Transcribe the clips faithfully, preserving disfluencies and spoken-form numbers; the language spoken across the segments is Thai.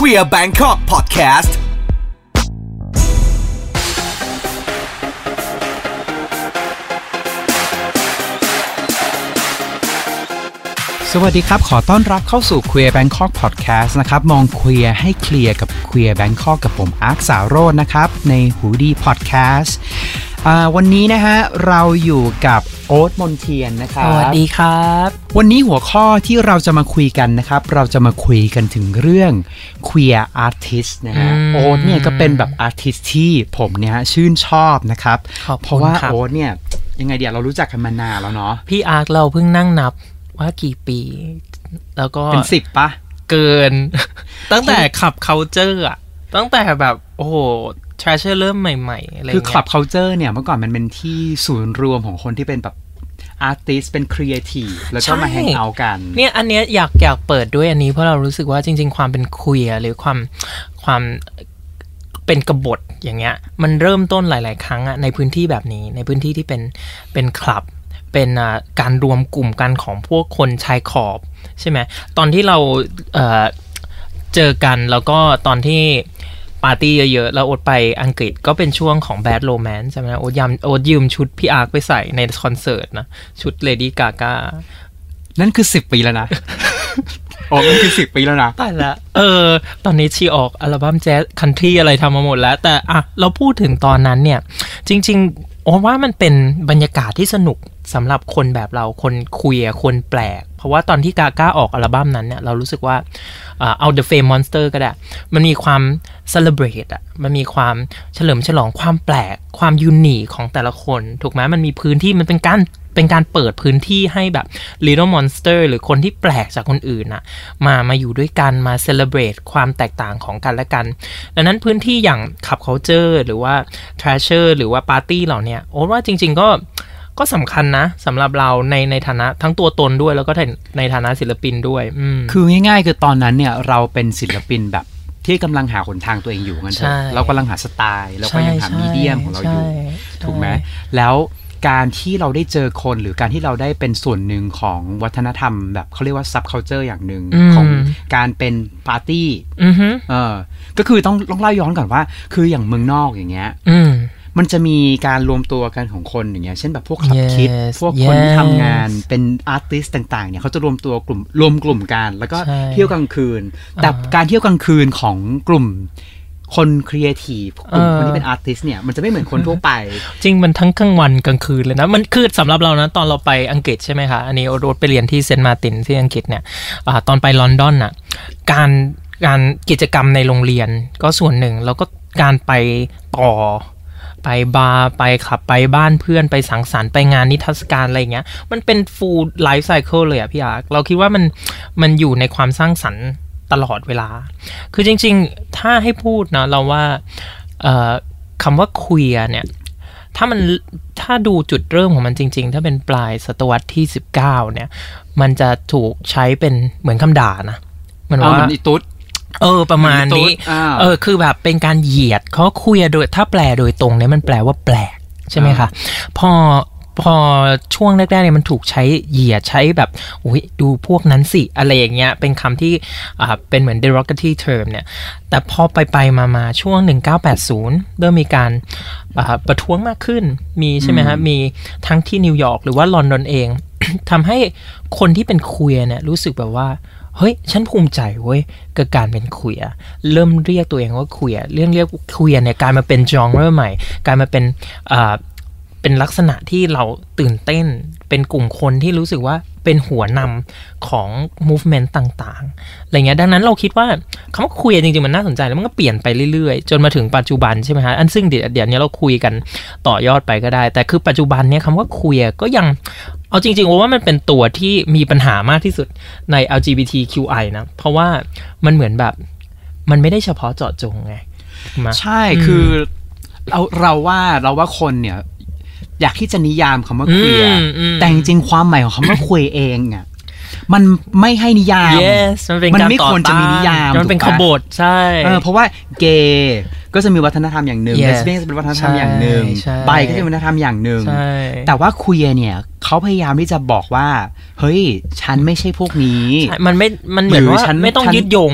Queer Bangkok Podcast สวัสดีครับขอต้อนรับเข้าสู่ Queer Bangkok Podcast นะครับมองเคลียร์ให้เคลียร์กับ Queer Bangkok กับผมอาร์คสาวโรจน์นะครับในหูดี Podcast วันนี้นะฮะเราอยู่กับโอ๊ตมนเทียนนะครับสวัสดีครับวันนี้หัวข้อที่เราจะมาคุยกันนะครับเราจะมาคุยกันถึงเรื่อง Queer Artist นะฮะโอ๊ตเนี่ยก็เป็นแบบ Artist ที่ผมเนี่ยชื่นชอบนะครับเพราะว่าโอ๊ตเนี่ยยังไงเดี๋ยวเรารู้จักกันมานานแล้วเนาะพี่อาร์คเราเพิ่งนั่งนับว่ากี่ปีแล้วก็เป็นสิบปะเกิน ตั้งแต่ขับ culture อ่ะตั้งแต่แบบโอ้โห treasure เริ่มใหม่ๆอะไรเงี้ยคือขับ culture เนี่ยเมื่อก่อนมันเป็นที่ศูนย์รวมของคนที่เป็นแบบ artist เป็น creative แล้วก็มาแฮงเอาท์กันเนี่ยอันเนี้ยอยากอยากเปิดด้วยอันนี้เพราะเรารู้สึกว่าจริงๆความเป็น queer หรือความความเป็นกบฏอย่างเงี้ยมันเริ่มต้นหลายๆครั้งอะในพื้นที่แบบนี้ในพื้นที่ที่เป็นเป็นคลับเป็นการรวมกลุ่มกันของพวกคนชายขอบใช่ไหมตอนที่เรา เอ่อ เจอกันแล้วก็ตอนที่ปาร์ตี้เยอะๆแล้วโอ๊ตไปอังกฤษก็เป็นช่วงของ Bad Romance ใช่ไหมโอ๊ตยำโอ๊ตยืมชุดพี่อาร์คไปใส่ในคอนเสิร์ตนะชุด Lady Gaga นั่นคือสิบปีแล้วนะ อ๋อมันคือสิบปีแล้วนะตายละเออตอนนี้ชีออกอัลบั้มแจ๊สคันทรีอะไรทำมาหมดแล้วแต่อ่ะเราพูดถึงตอนนั้นเนี่ยจริงๆโอ้ว่ามันเป็นบรรยากาศที่สนุกสำหรับคนแบบเราคนคุยคนแปลกเพราะว่าตอนที่กาก้าออกอัลบั้มนั้นเนี่ยเรารู้สึกว่าเอา The Fame Monster ก็ได้มันมีความ celebrate อ่ะมันมีความเฉลิมฉลองความแปลกความยูนิคของแต่ละคนถูกไหมมันมีพื้นที่มันเป็นการเป็นการเปิดพื้นที่ให้แบบ Little Monster หรือคนที่แปลกจากคนอื่นน่ะมามาอยู่ด้วยกันมา celebrate ความแตกต่างของกันและกันดังนั้นพื้นที่อย่าง Club Culture หรือว่า Treasure หรือว่า Party เหล่านี้โอ้ว่าจริงๆก็ก็สำคัญนะสำหรับเราในในฐานะทั้งตัวตนด้วยแล้วก็ในฐานะศิลปินด้วยคือง่ายๆคือตอนนั้นเนี่ยเราเป็นศิลปินแบบที่กำลังหาหนทางตัวเองอยู่งั้นเถอะเรากำลังหาสไตล์เราก็ยังหามีเดียมของเราอยู่ถูกไหมแล้วการที่เราได้เจอคนหรือการที่เราได้เป็นส่วนหนึ่งของวัฒนธรรมแบบเขาเรียกว่า subculture อย่างหนึ่งของการเป็นปาร์ตี้เออก็คือต้องต้องเล่าย้อนก่อนว่าคืออย่างเมืองนอกอย่างเงี้ยมันจะมีการรวมตัวกันของคนอย่างเงี้ยเช่นแบบพวกคลับคิดพวกคนที่ทำงานเป็นอาร์ติสต์ต่างๆเนี่ยเขาจะรวมตัวกลุ่มรวมกลุ่มกันแล้วก็เที่ยวกลางคืนแต่การเที่ยวกลางคืนของกลุ่มคนครีเอทีฟกลุ่มคนที่เป็นอาร์ติสต์เนี่ยมันจะไม่เหมือนคนทั่วไปจริงมันทั้งกลางวันกลางคืนเลยนะมันคือสำหรับเรานะตอนเราไปอังกฤษใช่ไหมคะอันนี้โอ๊ตไปเรียนที่เซนต์มาร์ตินที่อังกฤษเนี่ยตอนไปลอนดอนน่ะการการกิจกรรมในโรงเรียนก็ส่วนหนึ่งแล้วก็การไปต่อไปบาร์ไปขับไปบ้านเพื่อนไปสังสรรค์ไปงานนิทรรศการอะไรเงี้ยมันเป็น full life cycle เลยอะพี่อาร์คเราคิดว่ามันมันอยู่ในความสร้างสรรค์ตลอดเวลาคือจริงๆถ้าให้พูดนะเราว่าคำว่า queer เนี่ยถ้ามันถ้าดูจุดเริ่มของมันจริงๆถ้าเป็นปลายศตวรรษที่สิบเก้าเนี่ยมันจะถูกใช้เป็นเหมือนคำด่านะมันว่าอีตุ๊ดเออประมาณนี้เออคือแบบเป็นการเหยียดเขาคุยโดยถ้าแปลโดยตรงเนี่ยมันแปลว่าแปลกใช่ไหมคะพอพอช่วงแรกๆเนี่ยมันถูกใช้เหยียดใช้แบบอุ้ยดูพวกนั้นสิอะไรอย่างเงี้ยเป็นคำที่อ่าเป็นเหมือน derogatory term เนี่ยแต่พอไปไปมามาช่วงหนึ่งเก้าแปดศูนย์เริ่มมีการอ่าประท้วงมากขึ้นมีใช่ไหมฮะมีทั้งที่นิวยอร์กหรือว่าลอนดอนเอง ทำให้คนที่เป็นคุยเนี่ยรู้สึกแบบว่าเฮ้ยฉันภูมิใจเว้ยกับการเป็นคุยเริ่มเรียกตัวเองว่าคุยเรื่องเรียกคุยเนี่ยกลายมาเป็นจอนเรื่องใหม่กลายมาเป็นอ่าเป็นลักษณะที่เราตื่นเต้นเป็นกลุ่มคนที่รู้สึกว่าเป็นหัวนำของ movement ต่างๆอะไรเงี้ยดังนั้นเราคิดว่าคำว่าคุยจริงๆมันน่าสนใจแล้วมันก็เปลี่ยนไปเรื่อยๆจนมาถึงปัจจุบันใช่ไหมฮะอันซึ่งเดี๋ยวเดี๋ยวนี้เราคุยกันต่อยอดไปก็ได้แต่คือปัจจุบันเนี้ยคำว่าคุยก็ยังเอาจริงๆว่ามันเป็นตัวที่มีปัญหามากที่สุดใน แอล จี บี ที คิว ไอ นะเพราะว่ามันเหมือนแบบมันไม่ได้เฉพาะเจาะจงไงใช่คือเราเราว่าเราว่าคนเนี่ยอยากที่จะนิยามคำว่าคุยแต่จริงๆความหมายของคำว่าคุยเองอ่ะมันไม่ให้นิยาม yes, มันไม่ควรจะมีนิยามมันเป็นขบฏใช่เออเพราะว่าเกย์ก็จะมีวัฒนธรรมอย่างหนึ่งเลสเบี้ยนจะเป็นวัฒนธรรมอย่างหนึ่งไบก็จะเป็นวัฒนธรรมอย่างหนึ่งแต่ว่าคุยเนี่ยเขาพยายามที่จะบอกว่าเฮ้ยฉันไม่ใช่พวกนี้มันไม่มันเหมือนว่าไม่ต้องยึดโยงกับ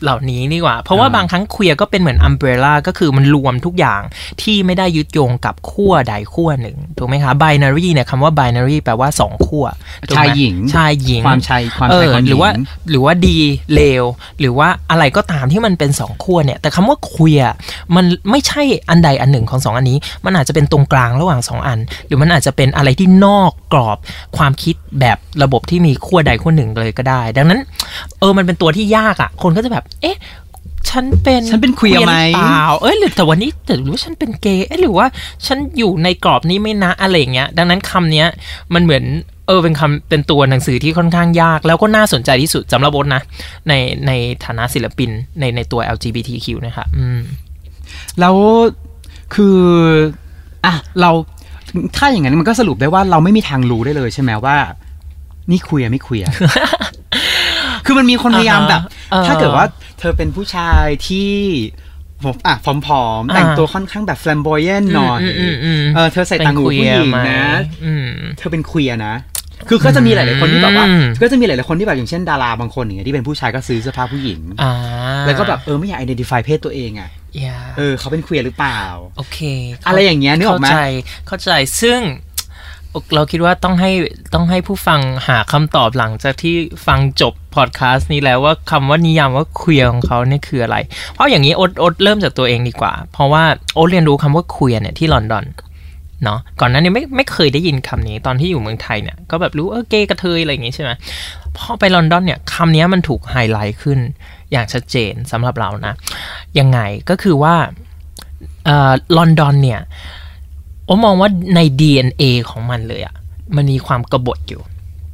เหล่านี้ดีกว่าเพราะว่าบางครั้งเคลียร์ก็เป็นเหมือนอัมเบรล่าก็คือมันรวมทุกอย่างที่ไม่ได้ยึดโยงกับขั้วใดขั้วหนึ่งถูกไหมคะไบนารีเนี่ยคำว่าไบนารีแปลว่าสองขั้วชายหญิงชายหญิงความชายความชายความหญิงหรือว่าหรือว่าดีเลวหรือว่าอะไรก็ตามที่มันเป็นสองขั้วเนี่ยแต่คำว่าเคลียร์มันไม่ใช่อันใดอันหนึ่งของสองอันนี้มันอาจจะเป็นตรงกลางระหว่างสองอันหรือมันอาจจะเป็นอะไรที่นอกกรอบความคิดแบบระบบที่มีขั้วใดขั้วหนึ่งเลยก็ได้ดังนั้นเออมันเป็นตัวที่ยากอ่ะคนก็จะแบบเอ๊ะฉันเป็นฉันเป็นเคลียร์ไหมเปล่าเอ้ยหรือแต่วันนี้แต่หรือว่าฉันเป็นเกย์เอ้ยหรือว่าฉันอยู่ในกรอบนี้ไม่นะอะไรอย่างเงี้ยดังนั้นคำเนี้ยมันเหมือนเออเป็นคำเป็นตัวหนังสือที่ค่อนข้างยากแล้วก็น่าสนใจที่สุดสำหรับโอ๊ตนะในในฐานะศิลปินในในตัว แอล จี บี ที คิว นะครับอืมแล้วคืออ่ะเราถ้าอย่างนั้นมันก็สรุปได้ว่าเราไม่มีทางรู้ได้เลยใช่ไหมว่านี่คุยอะไม่คุยอะ คือมันมีคนพยายามแบบถ้าเกิดว่าเธอเป็นผู้ชายที่อ่ะผอมๆแต่งตัวค่อนข้างแบบแฟลมโบเยนหน่อยเออเธอใส่ต่างหูผู้หญิงนะเธอเป็นคุยนะคือก็จะมีหลายๆคนที่แบบว่าก็จะมีหลายๆคนที่แบบอย่างเช่นดาราบางคนอย่างเงี้ยที่เป็นผู้ชายก็ซื้อเสื้อผ้าผู้หญิงแล้วก็แบบเออไม่อยาก identify เพศตัวเองอ่ะเออเขาเป็นคุยหรือเปล่าโอเคอะไรอย่างเงี้ยนึกออกไหมเข้าใจเข้าใจซึ่งเราคิดว่าต้องให้ต้องให้ผู้ฟังหาคำตอบหลังจากที่ฟังจบพอดแคสต์นี้แล้วว่าคำว่านิยามว่าเคลียร์ของเขาเนี่ยคืออะไรเพราะอย่างนี้โอ๊ตโอ๊ตเริ่มจากตัวเองดีกว่าเพราะว่าโอ๊ตเรียนรู้คำว่าเคลียร์เนี่ยที่ลอนดอนเนาะก่อนหน้านี้ไม่ไม่เคยได้ยินคำนี้ตอนที่อยู่เมืองไทยเนี่ยก็แบบรู้เออเกย์กระเทยอะไรอย่างงี้ใช่ไหมพอไปลอนดอนเนี่ยคำนี้มันถูกไฮไลท์ขึ้นอย่างชัดเจนสำหรับเรานะยังไงก็คือว่าเอ่อลอนดอนเนี่ยโอ๊ตมองว่าใน ดี เอ็น เอ ของมันเลยอะมันมีความกบฏอยู่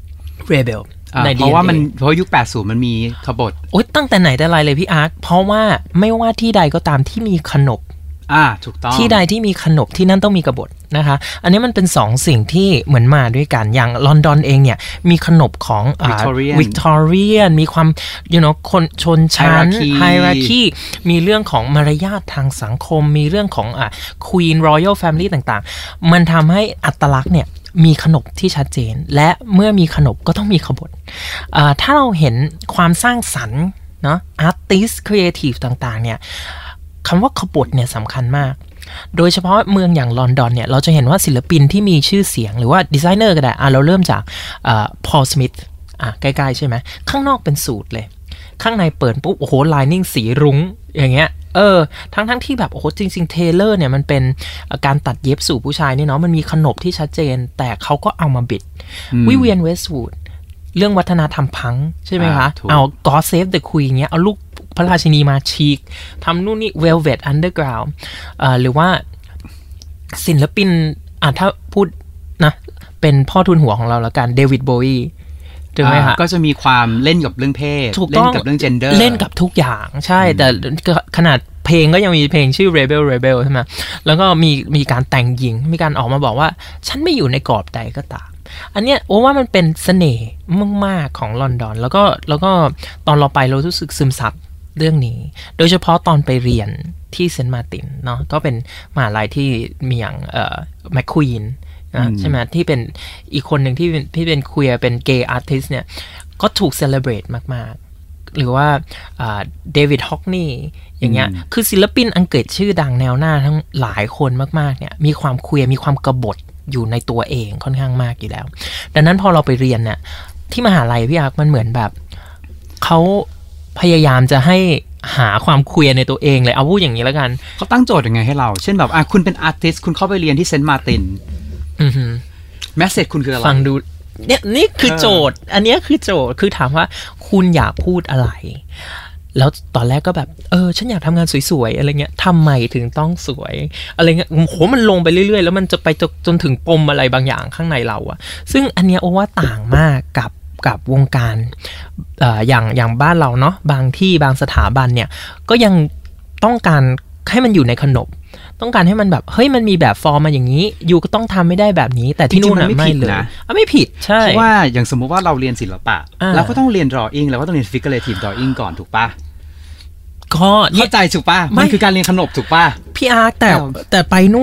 Rebel ใน เพราะว่ามันเพราะยุคแปดสิบมันมีกบฏโอ๊ยตั้งแต่ไหนแต่ไรเลยพี่อาร์คเพราะว่าไม่ว่าที่ใดก็ตามที่มีขนบอ่าถูกต้องที่ใดที่มีขนบที่นั่นต้องมีกบฏนะคะอันนี้มันเป็นสองสิ่งที่เหมือนมาด้วยกันอย่างลอนดอนเองเนี่ยมีขนบของวิกตอเรียนมีความ you know คนชนชั้นไฮรักีมีเรื่องของมารยาททางสังคมมีเรื่องของอ่ะ Queen Royal Family ต่างๆมันทำให้อัตลักษณ์เนี่ยมีขนบที่ชัดเจนและเมื่อมีขนบก็ต้องมีขบฏถ้าเราเห็นความสร้างสรรค์เนาะ artist creative ต่างๆเนี่ยคำว่าขบฏเนี่ยสำคัญมากโดยเฉพาะเมืองอย่างลอนดอนเนี่ยเราจะเห็นว่าศิลปินที่มีชื่อเสียงหรือว่าดีไซเนอร์ก็ได้อ่ะเราเริ่มจากพอล สมิธอ่ะใกล้ๆใช่ไหมข้างนอกเป็นสูทเลยข้างในเปิดปุ๊บโอ้โหไลนิ่งสีรุ้งอย่างเงี้ยเออทั้งๆที่แบบโอ้โหจริงๆเทเลอร์เนี่ยมันเป็นการตัดเย็บสู่ผู้ชายเนี่ยเนาะมันมีขนบที่ชัดเจนแต่เขาก็เอามาบิดวิเวียนเวสต์วูดเรื่องวัฒนธรรมพังใช่ไหมคะเอา God Save the Queen เงี้ยเอาลูกพระราชินีมาฉีกทำนู่นนี่ Velvet Underground อ่าหรือว่าศิลปินอ่ะถ้าพูดนะเป็นพ่อทุนหัวของเราแล้วกันเดวิดโบวีถูกไหมคะก็จะมีความเล่นกับเรื่องเพศเล่นกับเรื่อง gender เล่นกับทุกอย่างใช่แต่ขนาดเพลงก็ยังมีเพลงชื่อ Rebel Rebel ใช่ไหมแล้วก็มีมีการแต่งหญิงมีการออกมาบอกว่าฉันไม่อยู่ในกรอบใดก็ตามอันเนี้ยโอ้ว่ามันเป็นเสน่ห์มากๆของลอนดอนแล้วก็แล้วก็ตอนเราไปเรารู้สึกซึมซับเรื่องนี้โดยเฉพาะตอนไปเรียนที่เซนต์มาร์ตินเนาะก็เป็นมหาลัยที่มีอย่างเอ่อแมคควีนนะใช่ไหมที่เป็นอีกคนหนึ่งที่ที่เป็นควียร์เป็นเกย์อาร์ติสต์เนี่ยก็ถูกเซเลบรตมากๆหรือว่าเดวิดฮอกนีย์อย่างเงี้ยคือศิลปินอังกฤษชื่อดังแนวหน้าทั้งหลายคนมากๆเนี่ยมีความควียร์มีความกบฏอยู่ในตัวเองค่อนข้างมากอยู่แล้วดังนั้นพอเราไปเรียนเนี่ยที่มหาลัยพี่อาร์คมันเหมือนแบบเขาพยายามจะให้หาความเคลียร์ในตัวเองเลยเอาพูดอย่างนี้แล้วกันเขาตั้งโจทย์ยังไงให้เราเช่นแบบอ่ะคุณเป็นอาร์ติสต์คุณเข้าไปเรียนที่เซนต์มาร์ตินอือฮึแมสเสจคุณคืออะไรฟังดูเนี่ยนี่คือโจทย์อันนี้คือโจทย์คือถามว่าคุณอยากพูดอะไรแล้วตอนแรกก็แบบเออฉันอยากทำงานสวยๆอะไรเงี้ยทำไมถึงต้องสวยอะไรเงี้ยโหมันลงไปเรื่อยๆแล้วมันจะไปจนถึงปมอะไรบางอย่างข้างในเราอะซึ่งอันเนี้ยโอ้ว่าต่างมากกับกับวงการเอ่ออย่างอย่างบ้านเราเนาะบางที่บางสถาบันเนี่ยก็ยังต้องการให้มันอยู่ในขนบต้องการให้มันแบบเฮ้ยมันมีแบบฟอร์มมาอย่างนี้อยู่ก็ต้องทำไม่ได้แบบนี้แต่ที่นู่นน่ะไม่เลยอ่ะไม่ผิดใช่เพราะว่าอย่างสมมุติว่าเราเรียนศิลปะเราก็ต้องเรียน drawing แล้วก็ต้องเรียน figurative drawing ก่อนถูกปะก็เข้าใจถูกปะมันคือการเรียนขนบถูกปะพี่อาร์แต่แต่ไปนู่น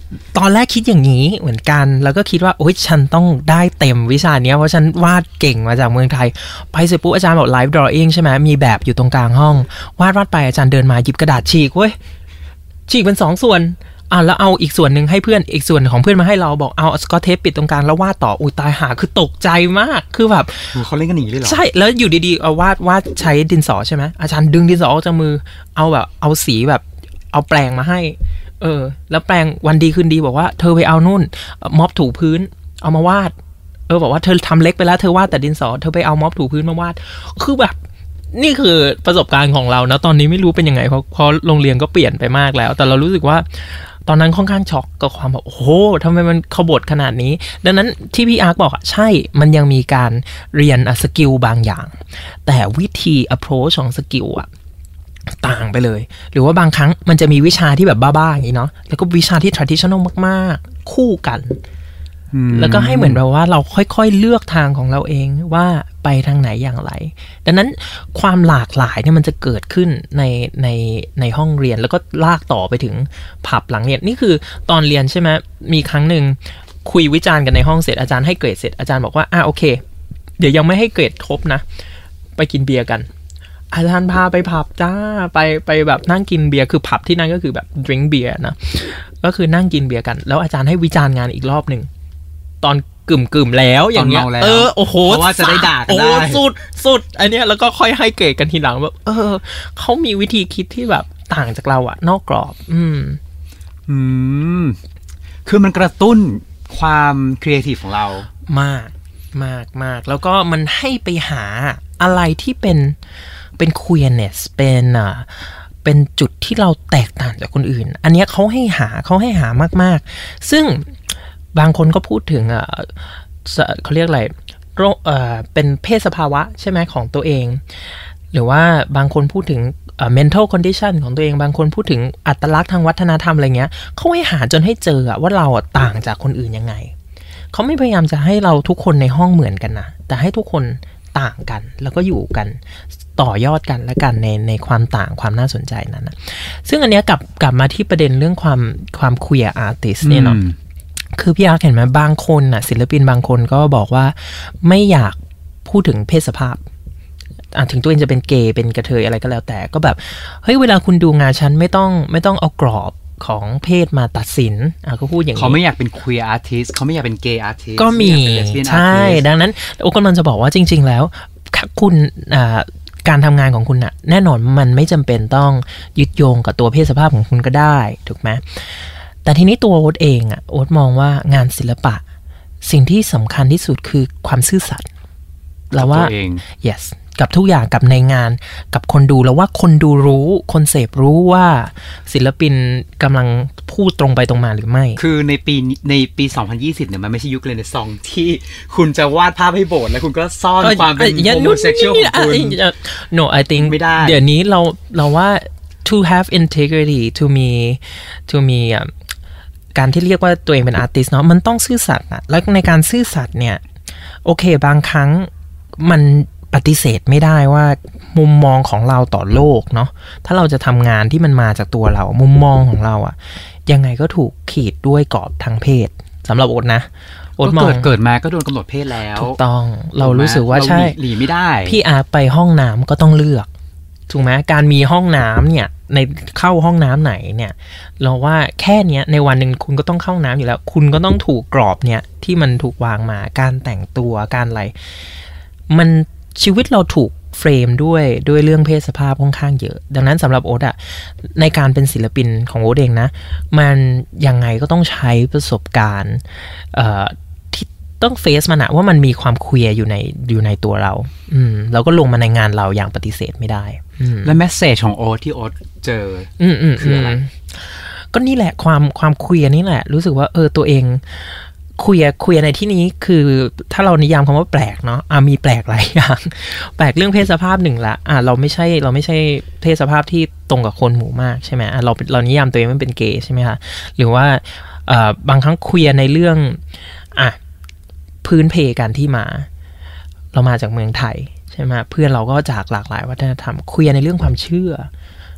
ตอนแรกคิดอย่างนี้เหมือนกันแล้วก็คิดว่าโอ๊ยฉันต้องได้เต็มวิชาเนี้ยเพราะฉันวาดเก่งมาจากเมืองไทยไปเสร็จปุ๊บอาจารย์บอก live drawing ใช่ไหมมีแบบอยู่ตรงกลางห้องวาดวาดไปอาจารย์เดินมาหยิบกระดาษฉีกเว้ยฉีกเป็นสองส่วนอ่ะแล้วเอาอีกส่วนหนึ่งให้เพื่อนอีกส่วนของเพื่อนมาให้เราบอกเอาสกอตเทปปิดตรงกลางแล้ววาดต่ออุ้ยตายหาคือตกใจมากคือแบบเขาเล่นกันหนีเลยเหรอใช่แล้วอยู่ดีๆเอาวาดวาดใช้ดินสอใช่ไหมอาจารย์ดึงดินสอออกจากมือเอาแบบเอาสีแบบเอาแปรงมาให้เออแล้วแปรงวันดีคืนดีบอกว่าเธอไปเอานู่นม็อบถูพื้นเอามาวาดเออบอกว่าเธอทำเล็กไปแล้วเธอวาดแต่ดินสอเธอไปเอาม็อบถูพื้นมาวาดคือแบบนี่คือประสบการณ์ของเรานะตอนนี้ไม่รู้เป็นยังไงเพราะเพราะโรงเรียนก็เปลี่ยนไปมากแล้วแต่เรารู้สึกว่าตอนนั้นค่อนข้างช็อกกับความแบบโอ้โหทำไมมันขบถขนาดนี้ดังนั้นที่พี่อาร์คบอกอะใช่มันยังมีการเรียนสกิลบางอย่างแต่วิธี approach ของสกิลอะต่างไปเลยหรือว่าบางครั้งมันจะมีวิชาที่แบบบ้าๆอย่างนี้เนาะแล้วก็วิชาที่ traditional มากๆคู่กันแล้วก็ให้เหมือนแบบว่าเราค่อยๆเลือกทางของเราเองว่าไปทางไหนอย่างไรดังนั้นความหลากหลายเนี่ยมันจะเกิดขึ้นในในในห้องเรียนแล้วก็ลากต่อไปถึงผับหลังเรียนนี่คือตอนเรียนใช่ไหมมีครั้งหนึ่งคุยวิจารณ์กันในห้องเสร็จอาจารย์ให้เกรดเสร็จอาจารย์บอกว่าอ่ะโอเคเดี๋ยวยังไม่ให้เกรดครบนะไปกินเบียร์กันอาจารย์พาไปผับจ้าไปไปแบบนั่งกินเบียร์คือผับที่นั่นก็คือแบบดื่มเบียร์นะก็คือนั่งกินเบียร์กันแล้วอาจารย์ให้วิจารณ์งานอีกรอบหนึ่งตอนกึ่มกึ่มแล้วอย่างเงี้ยเออโอ้โหเพราะว่าจะได้ด่ากันได้โอ้สุดสุดอันเนี้ยแล้วก็ค่อยให้เกรดกันทีหลังแบบเออเขามีวิธีคิดที่แบบต่างจากเราอะนอกกรอบอืมอืมคือมันกระตุ้นความครีเอทีฟของเรามากมากมากแล้วก็มันให้ไปหาอะไรที่เป็นเป็น queerness เป็นอ่าเป็นจุดที่เราแตกต่างจากคนอื่นอันเนี้ยเขาให้หาเขาให้หามากๆซึ่งบางคนก็พูดถึงอ่าเขาเรียกอะไรโรคเอ่อเป็นเพศสภาวะใช่ไหมของตัวเองหรือว่าบางคนพูดถึงอ่า mental condition ของตัวเองบางคนพูดถึงอัตลักษณ์ทางวัฒนธรรมอะไรเงี้ยเขาให้หาจนให้เจอว่าเราต่างจากคนอื่นยังไงเขาไม่พยายามจะให้เราทุกคนในห้องเหมือนกันนะแต่ให้ทุกคนต่างกันแล้วก็อยู่กันต่อยอดกันและกันในในความต่างความน่าสนใจนั้นนะซึ่งอันเนี้ยกลับกลับมาที่ประเด็นเรื่องความความ queer artist เนี่ยเนาะคือพี่อาร์เห็นไหมบางคนน่ะศิลปินบางคนก็บอกว่าไม่อยากพูดถึงเพศสภาพถึงตัวเองจะเป็นเกย์เป็นกระเทยอะไรก็แล้วแต่ก็แบบเฮ้ยเวลาคุณดูงานฉันไม่ต้องไม่ต้องเอากรอบของเพศมาตัดสินอ่ะก็พูดอย่างนี้เขาไม่อยากเป็น queer artist เขาไม่อยากเป็น gay artist ก็มีใช่ดังนั้นโอ้ก็มันจะบอกว่าจริงๆแล้วคุณอ่าการทำงานของคุณน่ะแน่นอนมันไม่จำเป็นต้องยึดโยงกับตัวเพศสภาพของคุณก็ได้ถูกไหมแต่ทีนี้ตัวโอ๊ตเองอ่ะโอ๊ตมองว่างานศิลปะสิ่งที่สำคัญที่สุดคือความซื่อสัตย์แล้วว่า yes กับทุกอย่างกับในงานกับคนดูแล้วว่าคนดูรู้คนเสพรู้ว่าศิลปินกำลังพูดตรงไปตรงมาหรือไม่คือในปีในปีสองพันยี่สิบเนี่ยมันไม่ใช่ยุคเรเนซองส์ที่คุณจะวาดภาพให้โบสถ์แล้วคุณก็ซ่อนความเป็นโฮโมเซ็กชวลของคุณ no I think ไม่ได้เดี๋ยวนี้เราเราว่า to have integrity to me to me การที่เรียกว่าตัวเองเป็นอาร์ติสต์เนาะมันต้องซื่อสัตย์นะแล้วในการซื่อสัตย์เนี่ยโอเคบางครั้งมันปฏิเสธไม่ได้ว่ามุมมองของเราต่อโลกเนาะถ้าเราจะทำงานที่มันมาจากตัวเรามุมมองของเราอะยังไงก็ถูกขีดด้วยกรอบทางเพศสำหรับโอ๊ตนะโอ๊ตมองเกิดมาก็โดนกำหนดเพศแล้วถูกต้องเรารู้สึกว่าใช่หลีไม่ได้พี่อาไปห้องน้ำก็ต้องเลือกถูกไหมการมีห้องน้ำเนี่ยในเข้าห้องน้ำไหนเนี่ยเราว่าแค่เนี้ยในวันหนึ่งคุณก็ต้องเข้าน้ำอยู่แล้วคุณก็ต้องถูกกรอบเนี่ยที่มันถูกวางมาการแต่งตัวการอะไรมันชีวิตเราถูกเฟรมด้วยด้วยเรื่องเพศสภาพค่อนข้างเยอะดังนั้นสำหรับโอ๊ตอะในการเป็นศิลปินของโอ๊ตเองนะมันยังไงก็ต้องใช้ประสบการณ์ที่ต้องเฟซมันอะว่ามันมีความเคลียร์อยู่ในอยู่ในตัวเราอืมเราก็ลงมาในงานเราอย่างปฏิเสธไม่ได้และแมสเสจของโอ๊ตที่โอ๊ตเจอคืออะไรก็นี่แหละความความเคลียร์นี่แหละรู้สึกว่าเออตัวเองคุยคุยในที่นี้คือถ้าเรานิยามคำว่าแปลกเนาะอ่ะมีแปลกหลายอย่างแปลกเรื่องเพศสภาพหนึ่งละอ่ะเราไม่ใช่เราไม่ใช่เพศสภาพที่ตรงกับคนหมู่มากใช่ไหมอ่ะเราเรานิยามตัวเองมันเป็นเกย์ใช่ไหมคะหรือว่าเอ่อบางครั้งคุยในเรื่องอ่ะพื้นเพการที่มาเรามาจากเมืองไทยใช่ไหมเพื่อนเราก็จากหลากหลายวัฒนธรรมคุยในเรื่องความเชื่อ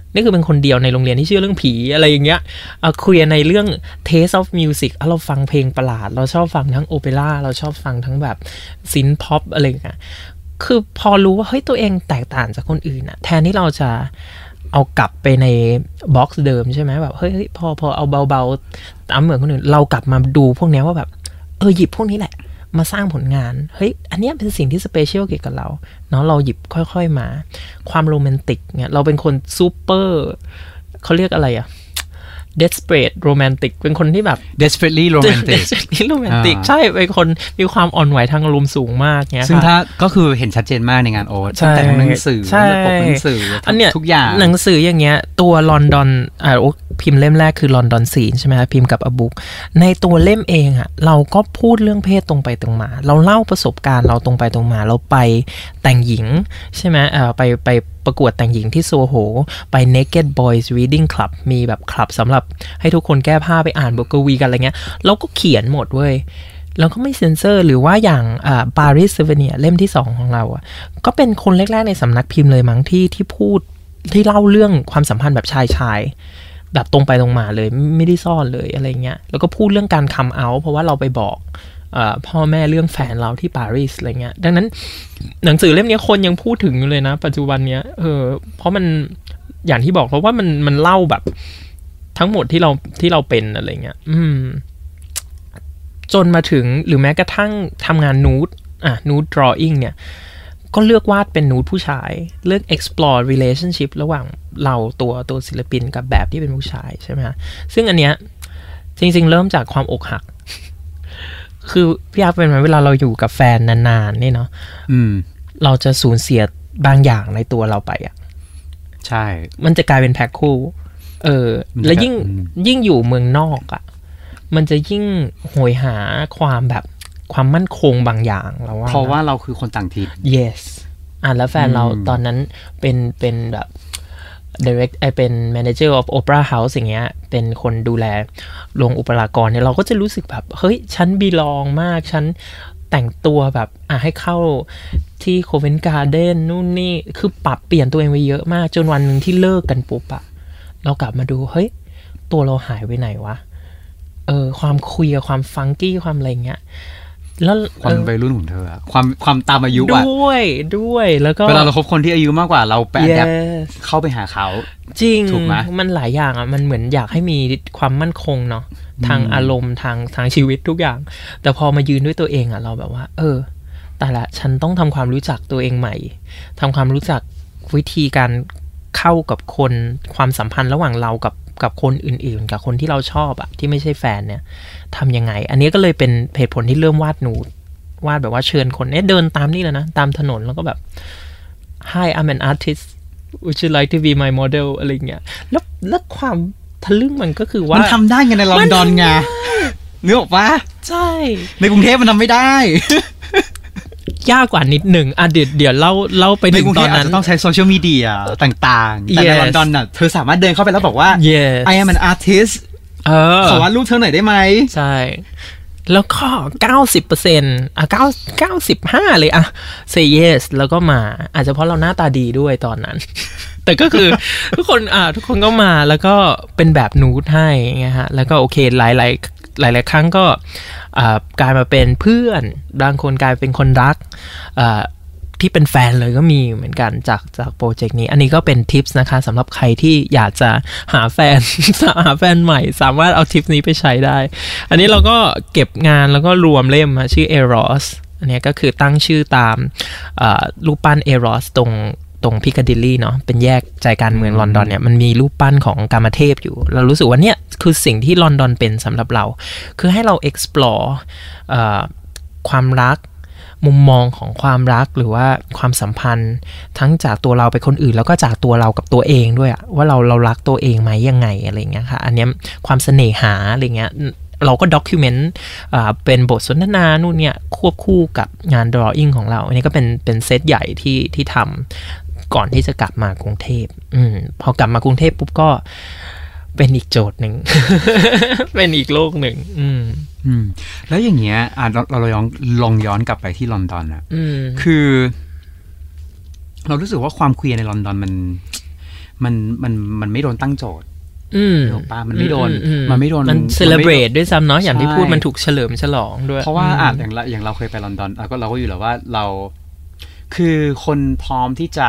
นี่คือเป็นคนเดียวในโรงเรียนที่เชื่อเรื่องผีอะไรอย่างเงี้ยเอาคุยในเรื่อง taste of music เราฟังเพลงประหลาดเราชอบฟังทั้งโอเปร่าเราชอบฟังทั้งแบบซินพ็อปอะไรอย่างเงี้ยคือพอรู้ว่าเฮ้ยตัวเองแตกต่างจากคนอื่นอะแทนที่เราจะเอากลับไปในบ็อกซ์เดิมใช่ไหมแบบเฮ้ยพอพอเอาเบาๆตามเหมือนคนอื่นเรากลับมาดูพวกนี้ว่าแบบเออหยิบพวกนี้แหละมาสร้างผลงานเฮ้ยอันนี้เป็นสิ่งที่สเปเชียลเกี่ยวกับเราเนาะเราหยิบค่อยๆมาความโรแมนติกเนี่ยเราเป็นคนซูเปอร์เขาเรียกอะไรอะdesperate romantic เป็นคนที่แบบ desperately romantic desperately romantic ใช่เป็นคนมีความอ่อนไหวทางอารมณ์สูงมากเงี้ยซึ่งถ้าก็คือเห็นชัดเจนมากในงานโอ๊ตตั้งแต่หนังสือระบบหนังสือทุกอย่างหนังสืออย่างเงี้ยตัวลอนดอนอ่าโอ๊ตพิมพ์เล่มแรกคือลอนดอนซีนใช่ไหมครับพิมพ์กับอบุ๊กในตัวเล่มเองอ่ะเราก็พูดเรื่องเพศตรงไปตรงมาเราเล่าประสบการณ์เราตรงไปตรงมาเราไปแต่งหญิงใช่ไหมเอ่อไปไปประกวดแต่งหญิงที่โซโหไป Naked Boys Reading Club มีแบบคลับสำหรับให้ทุกคนแก้ผ้าไปอ่านบทกวีกันอะไรเงี้ยเราก็เขียนหมดเว้ยเราก็ไม่เซ็นเซอร์หรือว่าอย่างอ่า Paris Souvenir เล่มที่สองของเราอ่ะก็เป็นคนแรกๆในสำนักพิมพ์เลยมั้งที่ที่พูดที่เล่าเรื่องความสัมพันธ์แบบชายชายแบบตรงไปตรงมาเลยไม่ได้ซ่อนเลยอะไรเงี้ยแล้วก็พูดเรื่องการคัมเอาท์เพราะว่าเราไปบอกพ่อแม่เรื่องแฟนเราที่ปารีสอะไรเงี้ยดังนั้นหนังสือเล่มนี้คนยังพูดถึงอยู่เลยนะปัจจุบันเนี้ยเออเพราะมันอย่างที่บอกเพราะว่ามันมันเล่าแบบทั้งหมดที่เราที่เราเป็นอะไรเงี้ยอืมจนมาถึงหรือแม้กระทั่งทำงานนูดอ่ะนูด drawing เนี่ยก็เลือกวาดเป็นนูดผู้ชายเลือก explore relationship ระหว่างเราตัวตัวศิลปินกับแบบที่เป็นผู้ชายใช่ไหมฮะซึ่งอันเนี้ยจริงๆเริ่มจากความอกหักคือพี่อาร์เป็นไหมเวลาเราอยู่กับแฟนนานๆนี่เนาะเราจะสูญเสียบางอย่างในตัวเราไปอ่ะใช่มันจะกลายเป็นแพ็คคู่เออแล้วยิ่งยิ่งอยู่เมืองนอกอ่ะมันจะยิ่งโหยหาความแบบความมั่นคงบางอย่างเราว่าเพราะว่าเราคือคนต่างถิ่น yes อ่ะแล้วแฟนเราตอนนั้นเป็นเป็นแบบ direct ไอเป็น manager of opera house อย่างเงี้ยเป็นคนดูแลโรงอุปกรณ์เนี่ยเราก็จะรู้สึกแบบเฮ้ยฉันบีลองมากฉันแต่งตัวแบบอ่ะให้เข้าที่ Covent Garden นู่นนี่คือปรับเปลี่ยนตัวเองไปเยอะมากจนวันนึงที่เลิกกันปุ๊บอะเรากลับมาดูเฮ้ยตัวเราหายไปไหนวะเออความคุยกับความฟังกี้ความอะไรเงี้ยแล้วความวัยรุ่นของเธออะความความตามอายุอะด้วยด้วยแล้วก็เวลาเราคบคนที่อายุมากกว่าเราแปลแบบเข้าไปหาเขาจริงถูกไหมมันหลายอย่างอะมันเหมือนอยากให้มีความมั่นคงเนาะทางอารมณ์ทางทางชีวิตทุกอย่างแต่พอมายืนด้วยตัวเองอะเราแบบว่าเออแต่ละฉันต้องทำความรู้จักตัวเองใหม่ทำความรู้จักวิธีการเข้ากับคนความสัมพันธ์ระหว่างเรากับกับคนอื่นๆกับคนที่เราชอบอะที่ไม่ใช่แฟนเนี่ยทำยังไงอันนี้ก็เลยเป็นเหตุผลที่เริ่มวาดนูดวาดแบบว่าเชิญคนเนี่ยเดินตามนี่แหละนะตามถนนแล้วก็แบบ Hi I'm an artist would you like to be my model อะไรเงี้ยแล้วแล้วความทะลึ่งมันก็คือว่ามันทำได้ไงในลอนดอนไงนึกออกปะใช่ในกรุงเทพมันทำไม่ได้ยากกว่านิดหนึ่งอ่ะเดี๋ยวเดี๋ยวเล่าเล่าไปถึงตอนนั้นต้องใช้โซเชียลมีเดียต่างๆแต่ในลอนดอนน่ะเธอสามารถเดินเข้าไปแล้วบอกว่า yes. I am an artist เออขอวาดรูปเธอหน่อยได้ไหมใช่แล้วก็ เก้าสิบเปอร์เซ็นต์ อ่ะเก้า เก้าสิบห้าเลยอ่ะ say yes แล้วก็มาอาจจะเพราะเราหน้าตาดีด้วยตอนนั้น แต่ก็คือ ทุกคนอ่ะทุกคนก็มาแล้วก็เป็นแบบนูดให้ไงฮะแล้วก็โอเคหลายๆหลายๆครั้งก็กลายมาเป็นเพื่อนบางคนกลายเป็นคนรักที่เป็นแฟนเลยก็มีเหมือนกันจากจากโปรเจกต์นี้อันนี้ก็เป็นทิปส์นะคะสำหรับใครที่อยากจะหาแฟน หาแฟนใหม่สามารถเอาทิปนี้ไปใช้ได้อันนี้เราก็เก็บงานแล้วก็รวมเล่มชื่อ Eros อันนี้ก็คือตั้งชื่อตามรูปปั้น Eros ตรงตรงพิคาดิลลี่เนาะเป็นแยกใจกลางเมืองลอนดอนเนี่ยมันมีรูปปั้นของกามเทพอยู่เรารู้สึกว่าเนี่ยคือสิ่งที่ลอนดอนเป็นสำหรับเราคือให้เรา explore ความรักมุมมองของความรักหรือว่าความสัมพันธ์ทั้งจากตัวเราไปคนอื่นแล้วก็จากตัวเรากับตัวเองด้วยอะว่าเราเรารักตัวเองไหมยังไงอะไรเงี้ยค่ะอันนี้ความเสน่หาอะไรเงี้ยเราก็ด็อกิวเมนต์เป็นบทสนทนานู่นเนี่ยควบคู่กับงาน drawing ของเราอันนี้ก็เป็นเป็นเซตใหญ่ที่ที่ทำก่อนที่จะกลับมากรุงเทพอืมพอกลับมากรุงเทพปุ๊บก็เป็นอีกโจทย์หนึ่ง เป็นอีกโลกหนึ่งอืมอืมแล้วอย่างเงี้ยอ่ะเราเราลองลองย้อนกลับไปที่ลอนดอนอ่ะคือเรารู้สึกว่าความเคลียร์ในลอนดอนมันมันมันมันไม่โดนตั้งโจทย์ถูกป่ะมันไม่โดนมันไม่โดนมันเซเลบรตด้วยซ้ำเนาะอย่างที่พูดมันถูกเฉลิมฉลองด้วยเพราะว่าอ่ะอย่างเราอย่างเราเคยไปลอนดอนเราก็เราก็อยู่แล้วว่าเราคือคนพร้อมที่จะ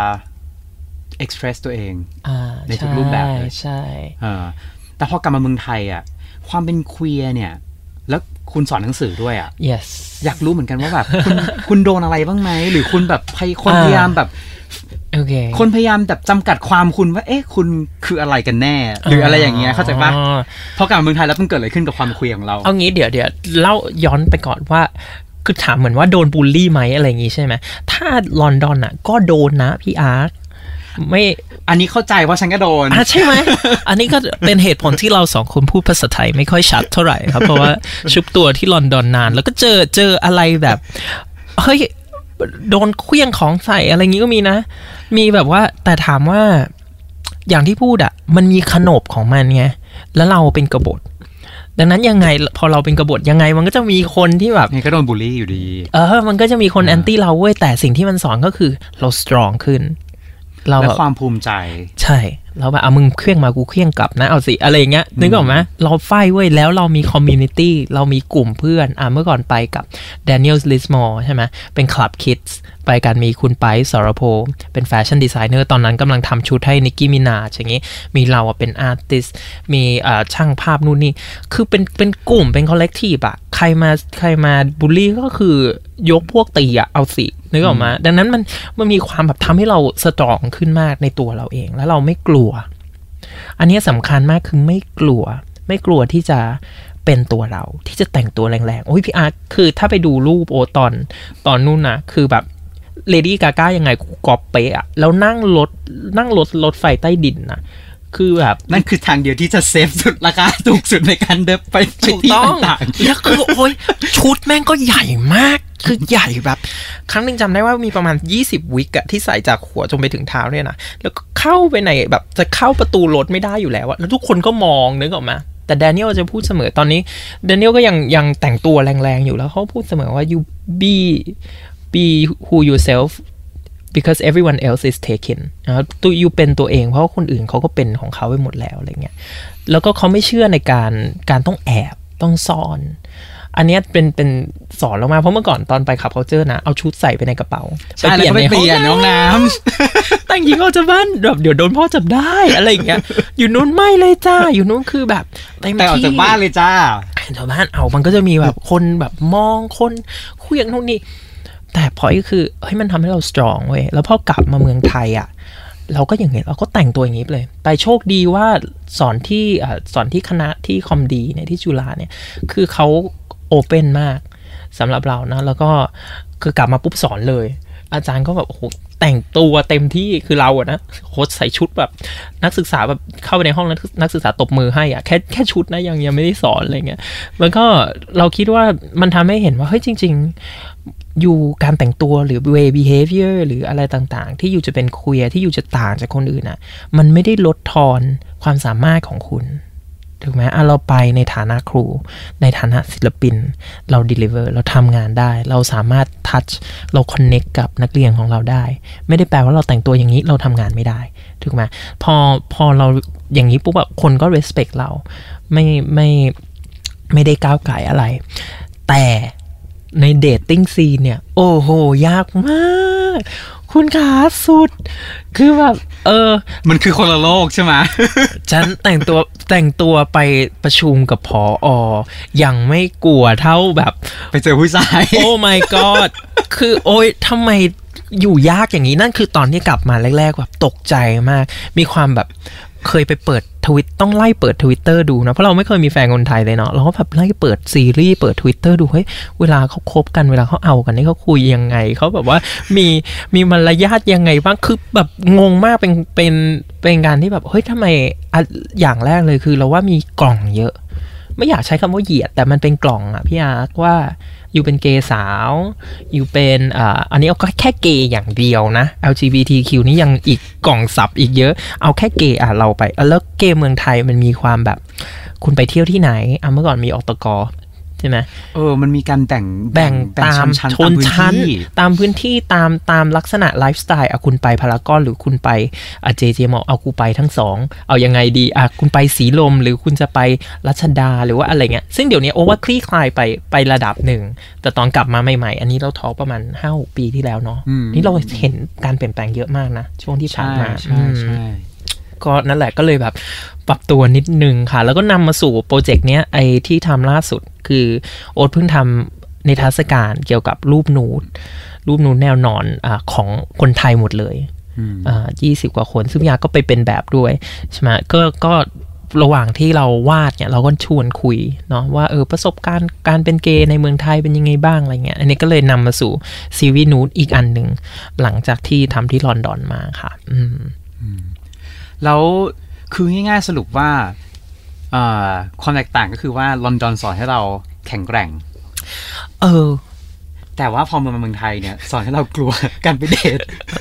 express ตัวเองในทุกรูปแบบเลยใช่แต่พอกลับมาเมืองไทยอ่ะความเป็นควียร์เนี่ยแล้วคุณสอนหนังสือด้วยอ่ะ yes อยากรู้เหมือนกันว่าแบบคุณคุณโดนอะไรบ้างไหมหรือคุณแบบคนพยายามแบบ Okay. คนพยายามแบบจำกัดความคุณว่าเอ๊ะคุณคืออะไรกันแน่หรืออะไรอย่างเงี้ยเข้าใจปะพอกลับมาเมืองไทยแล้วมันเกิดอะไรขึ้นกับความคุยของเราเอางี้เดี๋ยวเดี๋ยวเล่าย้อนไปก่อนว่าคือถามเหมือนว่าโดนบูลลี่ไหมอะไรอย่างงี้ใช่ไหมถ้าลอนดอนอ่ะก็โดนนะพี่อาร์ตไม่อันนี้เข้าใจว่าฉันก็โดนอ่ะใช่ไหม อันนี้ก็เป็นเหตุผลที่เราสองคนพูดภาษาไทยไม่ค่อยชัดเท่าไหร่ครับเพราะว่าชุบตัวที่ลอนดอนนานแล้วก็เจอเจออะไรแบบเฮ้ยโดนเคลื่องของใส่อะไรงี้ก็มีนะมีแบบว่าแต่ถามว่าอย่างที่พูดอ่ะมันมีขนบของมันไงแล้วเราเป็นกบฏดังนั้นยังไงพอเราเป็นกบฏยังไงมันก็จะมีคนที่แบบนี่ก็โดนบูลลี่อยู่ดีเออมันก็จะมีคนแอนตี้เราเว้ยแต่สิ่งที่มันสอนก็คือเราสตรองขึ้นเราและความภูมิใจใช่เราแบบเอามึงเคลื่องมากูเคลื่องกลับนะเอาสิอะไรเงี้ยนึกออกไหมเราไฟเว้ยแล้วเรามีคอมมูนิตี้เรามีกลุ่มเพื่อนอ่ะเมื่อก่อนไปกับ Daniel Lismore ใช่ไหมเป็นคลับคิดส์ไปกันมีคุณไปสรพงษ์เป็นแฟชั่นดีไซเนอร์ตอนนั้นกำลังทำชุดให้นิกกี้มินาจอย่างงี้มีเราเป็นอาร์ติสต์มีอ่าช่างภาพนู่นนี่คือเป็นเป็นกลุ่มเป็นคอลเลกทีฟอะใครมาใครมาบูลลี่ก็คือยกพวกตีอะเอาสินึกออกมาดังนั้นมันมันมีความแบบทำให้เราสตรองขึ้นมากในตัวเราเองแล้วเราไม่กลัวอันนี้สำคัญมากคือไม่กลัวไม่กลัวที่จะเป็นตัวเราที่จะแต่งตัวแรงๆโอ้ยพี่อาร์ตคือถ้าไปดูรูปโอตอนตอนนู่นนะคือแบบเลดี้กาก้ายังไงกอบเป๊ะอะแล้วนั่งรถนั่งรถรถไฟใต้ดินนะคือแบบนั่นคือทางเดียวที่จะเซฟสุดราคาถูกสุดในการเดินไปที่ต่างๆแล้วคือโอ้ยชุดแม่งก็ใหญ่มากคือใหญ่แบบครั้งนึงจำได้ว่ามีประมาณยี่สิบวิกอะที่ใส่จากหัวจนไปถึงเท้าเนี่ยนะแล้วก็เข้าไปในแบบจะเข้าประตูรถไม่ได้อยู่แล้วอะแล้วทุกคนก็มองนึกออกมาแต่แดเนียลจะพูดเสมอตอนนี้แดเนียลก็ยังยังแต่งตัวแรงๆอยู่แล้วเขาพูดเสมอว่า you be be who yourself because everyone else is taken นะครับตัวยูเป็นตัวเองเพราะว่าคนอื่นเขาก็เป็นของเขาไปหมดแล้วอะไรเงี้ยแล้วก็เขาไม่เชื่อในการการต้องแอบต้องซ่อนอันนี้เป็นเป็นสอนเรามาเพราะเมื่อก่อนตอนไปขับเขาเจอนะเอาชุดใส่ไปในกระเป๋าไปเปลี่ยนในห้องน้ำแต่งหญิงออกจากบ้านแบบเดี๋ยวโดนพ่อจับได้อะไรอย่างเงี้ยอยู่นู้นไม่เลยจ้าอยู่นู้นคือแบบแต่ออกจากบ้านเลยจ้าชาวบ้านเอามันก็จะมีแบบคนแบบมองคนคุยอย่างนู้นนี่แต่พอก็คือเฮ้ยมันทำให้เราสตรองเว้ยแล้วพอกลับมาเมืองไทยอ่ะเราก็อย่างเงี้ยเราก็แต่งตัวอย่างนี้เลยแต่โชคดีว่าสอนที่สอนที่คณะที่คอมดีเนี่ยที่จุฬาเนี่ยคือเขาโอเพ่นมากสำหรับเรานะแล้วก็คือกลับมาปุ๊บสอนเลยอาจารย์ก็แบบโอ้โหแต่งตัวเต็มที่คือเราอะนะโค้ชใส่ชุดแบบนักศึกษาแบบเข้าไปในห้องนักนักศึกษาตบมือให้อะแค่แค่ชุดนะยังยังไม่ได้สอนอะไรเงี้ยมันก็เราคิดว่ามันทำให้เห็นว่าเฮ้ยจริงๆอยู่การแต่งตัวหรือ way behavior หรืออะไรต่างๆที่อยู่จะเป็นคุยที่อยู่จะต่างจากคนอื่นอะมันไม่ได้ลดทอนความสามารถของคุณถูกไหมอ่ะเราไปในฐานะครูในฐานะศิลปินเรา deliver เราทำงานได้เราสามารถ touch เรา connect กับนักเรียนของเราได้ไม่ได้แปลว่าเราแต่งตัวอย่างนี้เราทำงานไม่ได้ถูกไหมพอพอเราอย่างนี้ปุ๊บแบบคนก็ respect เราไม่ไม่ไม่ได้ก้าวไก่อะไรแต่ในเดทติ้งซีนเนี่ยโอ้โหยากมากคุณขาสุดคือแบบเออมันคือคนละโลกใช่ไหมฉันแต่งตัวแต่งตัวไปประชุมกับผอยังไม่กลัวเท่าแบบไปเจอผู้ชายโอ้ my god คือโอ๊ยทำไมอยู่ยากอย่างนี้นั่นคือตอนที่กลับมาแรกๆแบบตกใจมากมีความแบบเคยไปเปิดทวิตต้องไล่เปิด Twitter ดูนะเพราะเราไม่เคยมีแฟนคนไทยเลยเนาะเราก็แบบไล่เปิดซีรีส์เปิด Twitter ดูเฮ้ยเวลาเขาคบกันเวลาเขาเอากันนี่เขาคุยยังไงเขาแบบว่ามีมีมารยาทยังไงบ้างคือแบบงงมากเป็นเป็นเป็นการที่แบบเฮ้ยทำไมอย่างแรกเลยคือเราว่ามีกล่องเยอะไม่อยากใช้คำว่าเหยียดแต่มันเป็นกล่องอะพี่อาร์ว่าอยู่เป็นเกย์สาวอยู่เป็นอ่าอันนี้เอาก็แค่เกย์อย่างเดียวนะ แอล จี บี ที คิว นี่ยังอีกกล่องสับอีกเยอะเอาแค่เกย์อ่ะเราไปแล้วเกย์เมืองไทยมันมีความแบบคุณไปเที่ยวที่ไหนอ่ะเมื่อก่อนมีอตกใช่ไหมเออมันมีการแบ่งแบ่งตามชนชั้นตามพื้นที่ตามตามลักษณะไลฟ์สไตล์อ่ะคุณไปพารากอนหรือคุณไปอ่ะเจเจมอเอากูไปทั้งสองเอายังไงดีอ่ะคุณไปสีลมหรือคุณจะไปรัชดาหรือว่าอะไรเงี้ยซึ่งเดี๋ยวนี้โอว่าคลี่คลายไปไประดับหนึ่งแต่ตอนกลับมาใหม่ๆอันนี้เราทอประมาณ ห้าหก ปีที่แล้วเนาะนี่เราเห็นการเปลี่ยนแปลงเยอะมากนะช่วงที่ผ่านมาใช่ใช่ก็นั่นแหละก็เลยแบบปรับตัวนิดนึงค่ะแล้วก็นำมาสู่โปรเจกต์เนี้ยไอที่ทำล่าสุดคือโอ๊ตเพิ่งทำในเทรรศกาลเกี่ยวกับรูปนูดรูปนูดแนวนอนอ่าของคนไทยหมดเลยอ่ายี่สิบกว่าคนซึ่งยาก็ไปเป็นแบบด้วยใช่ไหมก็ก็ระหว่างที่เราวาดเนี่ยเราก็ชวนคุยเนาะว่าเออประสบการณ์การเป็นเกย์ในเมืองไทยเป็นยังไงบ้างอะไรเงี้ยอันนี้ก็เลยนำมาสู่ซีรีส์นูดอีกอันหนึ่งหลังจากที่ทำที่ลอนดอนมาค่ะอืมแล้วคือง่ายๆสรุปว่าความแตกต่างก็คือว่าลอนดอนสอนให้เราแข็งแกร่งเออแต่ว่าพอมาเมืองไทยเนี่ยสอนให้เรากลัวการไปเดท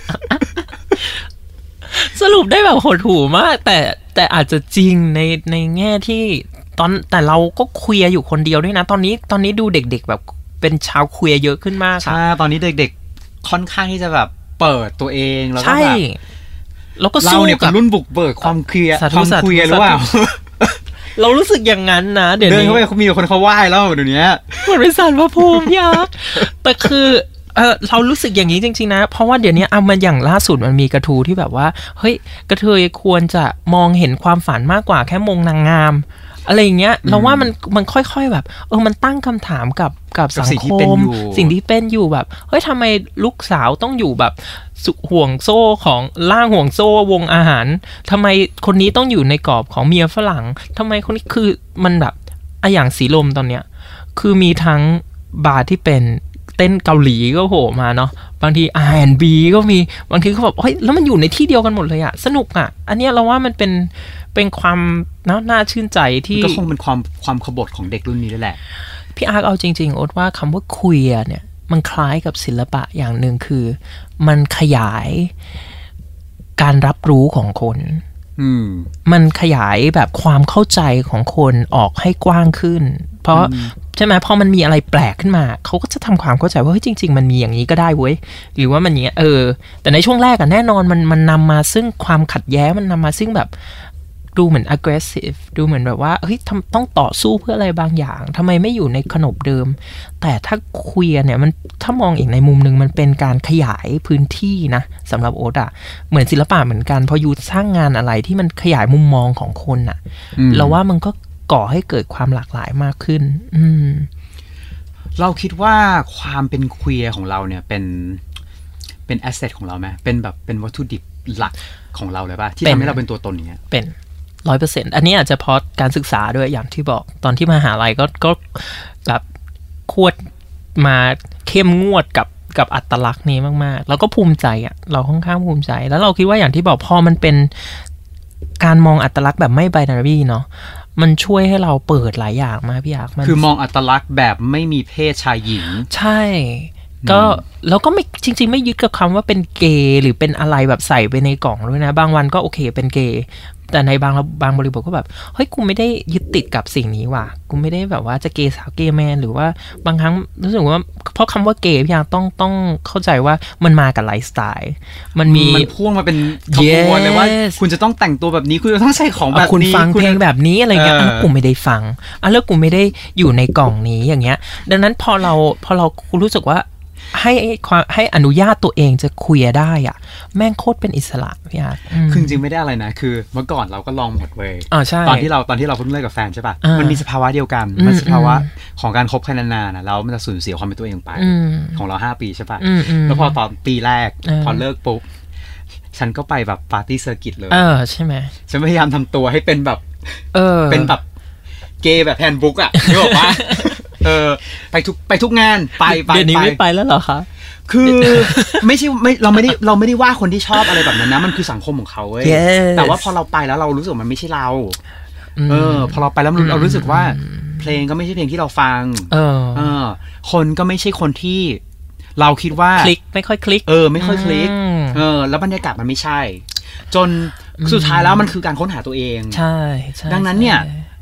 สรุปได้แบบโหดหูมากแต่แต่อาจจะจริงในในแง่ที่ตอนแต่เราก็คุยอยู่คนเดียวด้วยนะตอนนี้ตอนนี้ดูเด็กๆแบบเป็นชาวคุยเยอะขึ้นมากใช่ตอนนี้เด็กๆค่อนข้างที่จะแบบเปิดตัวเองแล้วก็แบบแล้วก็สู้กับรุ่นบุกเบิกความเคลียร์ความคุยหรือเปล่าเรารู้สึกอย่างนั้นนะเดี๋ยวนี้เดินเข้าไปเขามีคนเขาไหว้แล้วเดี๋ยวนี้เหมือนเป็นสารพระภูมิยักษ์แต่คือเออเรารู้สึกอย่างนี้จริงๆนะเพราะว่าเดี๋ยวนี้เอามาอย่างล่าสุดมันมีกระทู้ที่แบบว่าเฮ้ยกระเทยควรจะมองเห็นความฝันมากกว่าแค่มงนางงามอะไรอย่างเงี้ยเราว่ามันมันค่อยๆแบบเออมันตั้งคำถามกับกับสังคมสิ่งที่เป็นอยู่แบบเฮ้ยทำไมลูกสาวต้องอยู่แบบห่วงโซ่ของล่างห่วงโซ่วงอาหารทำไมคนนี้ต้องอยู่ในกรอบของเมียฝรั่งทำไมคนนี้คือมันแบบอะอย่างสีลมตอนเนี้ยคือมีทั้งบาร์ที่เป็นเต้นเกาหลีก็โผล่มาเนาะบางที อาร์ แอนด์ บี ก็มีบางทีเขาแบบเฮ้ยแล้วมันอยู่ในที่เดียวกันหมดเลยอะสนุกอะอันเนี้ยเราว่ามันเป็นเป็นความน่าน่าชื่นใจที่ก็คงเป็นความความขบถของเด็กรุ่นนี้แหละพี่อาร์เอาจริงๆโอ๊ตว่าคำว่าคุยเนี่ยมันคล้ายกับศิลปะอย่างหนึ่งคือมันขยายการรับรู้ของคนมันขยายแบบความเข้าใจของคนออกให้กว้างขึ้นเพราะใช่ไหมพอมันมีอะไรแปลกขึ้นมาเขาก็จะทำความเข้าใจว่าเฮ้ยจริงๆมันมีอย่างนี้ก็ได้เว้ยหรือว่ามันอย่างเงี้ยเออแต่ในช่วงแรกอะแน่นอนมันมันนำมาซึ่งความขัดแย้งมันนำมาซึ่งแบบดูเหมือน aggressive ดูเหมือนแบบว่าเฮ้ยทำต้องต่อสู้เพื่ออะไรบางอย่างทำไมไม่อยู่ในขนบเดิมแต่ถ้าคุยเนี่ยมันถ้ามองอีกในมุมนึงมันเป็นการขยายพื้นที่นะสำหรับโอ๊ตอะเหมือนศิลปะเหมือนกันพอยูสร้างงานอะไรที่มันขยายมุมมองของคนอะเราว่ามันก็ก่อให้เกิดความหลากหลายมากขึ้นอืมเราคิดว่าความเป็นเควียร์ของเราเนี่ยเป็นเป็นแอสเซทของเราไหมเป็นแบบเป็นวัตถุดิบหลักของเราเลยป่ะที่ทำให้เราเป็นตัวตนอย่างเงี้ยเป็นร้อยเปอร์เซ็นต์อันนี้อาจจะเพราะการศึกษาด้วยอย่างที่บอกตอนที่มหาลัยก็ก็แบบควดมาเข้มงวดกับกับอัตลักษณ์นี้มากๆแล้วก็ภูมิใจอ่ะเราค่อนข้างภูมิใจแล้วเราคิดว่าอย่างที่บอกพอมันเป็นการมองอัตลักษณ์แบบไม่ไบนารีเนาะมันช่วยให้เราเปิดหลายอย่างมากพี่อยากคือมองอัตลักษณ์แบบไม่มีเพศชายหญิงใช่ก็แล้วก็ไม่จริงๆไม่ยึดกับคำว่าเป็นเกย์หรือเป็นอะไรแบบใส่ไปในกล่องด้วยนะบางวันก็โอเคเป็นเกย์แต่ในบางบางบริบทก็แบบเฮ้ยกูไม่ได้ยึดติดกับสิ่งนี้ว่ะกูไม่ได้แบบว่าจะเกย์สาวเกย์แมนหรือว่าบางครั้งรู้สึกว่าเพราะคำว่าเกย์พี่ยังต้องต้องเข้าใจว่ามันมากับไลฟ์สไตล์มันมีมันพ่วงมาเป็นขบวนเลยว่าคุณจะต้องแต่งตัวแบบนี้คุณจะต้องใส่ของแบบนี้คุณฟังเพลงแบบนี้อะไรเงี้ยกูไม่ได้ฟังอ่ะแล้วกูไม่ได้อยู่ในกล่องนี้อย่างเงี้ยดังนั้นพอเราพอเรารู้สึกว่าให้ความให้อนุญาตตัวเองจะคุยได้อ่ะแม่งโคตรเป็นอิสระพี่อาร์คือจริงไม่ได้อะไรนะคือเมื่อก่อนเราก็ลองหมดเว้ยตอนที่เราตอนที่เราเพิ่งเลิกกับแฟนใช่ป่ะมันมีสภาวะเดียวกันมันสภาวะของการคบกันนานๆนะแล้วมันจะสูญเสียความเป็นตัวเองไปของเราห้าปีใช่ป่ะแล้วพอตอนปีแรกพอเลิกปุ๊บฉันก็ไปแบบปาร์ตี้เซอร์กิตเลยเออใช่ไหมฉันพยายามทำตัวให้เป็นแบบเออเป็นแบบเกย์แบบแฮนด์บุ๊กอ่ะที่บอกว่าเออไปทุกไปทุกงานไปไปเดี๋ยวนี้ไม่ไปแล้วเหรอคะคือไม่ใช่ไม่เราไม่ได้เราไม่ได้ว่าคนที่ชอบอะไรแบบนั้นนะมันคือสังคมของเขาเว้ย yes. แต่ว่าพอเราไปแล้วเรารู้สึกมันไม่ใช่เราเออพอเราไปแล้วเรารู้สึกว่าเพลงก็ไม่ใช่เพลงที่เราฟังเออเออคนก็ไม่ใช่คนที่เราคิดว่าคลิกไม่ค่อยคลิกเออไม่ค่อยคลิกเออแล้วบรรยากาศมันไม่ใช่จนสุดท้ายแล้วมันคือการค้นหาตัวเองใช่ดังนั้นเนี่ย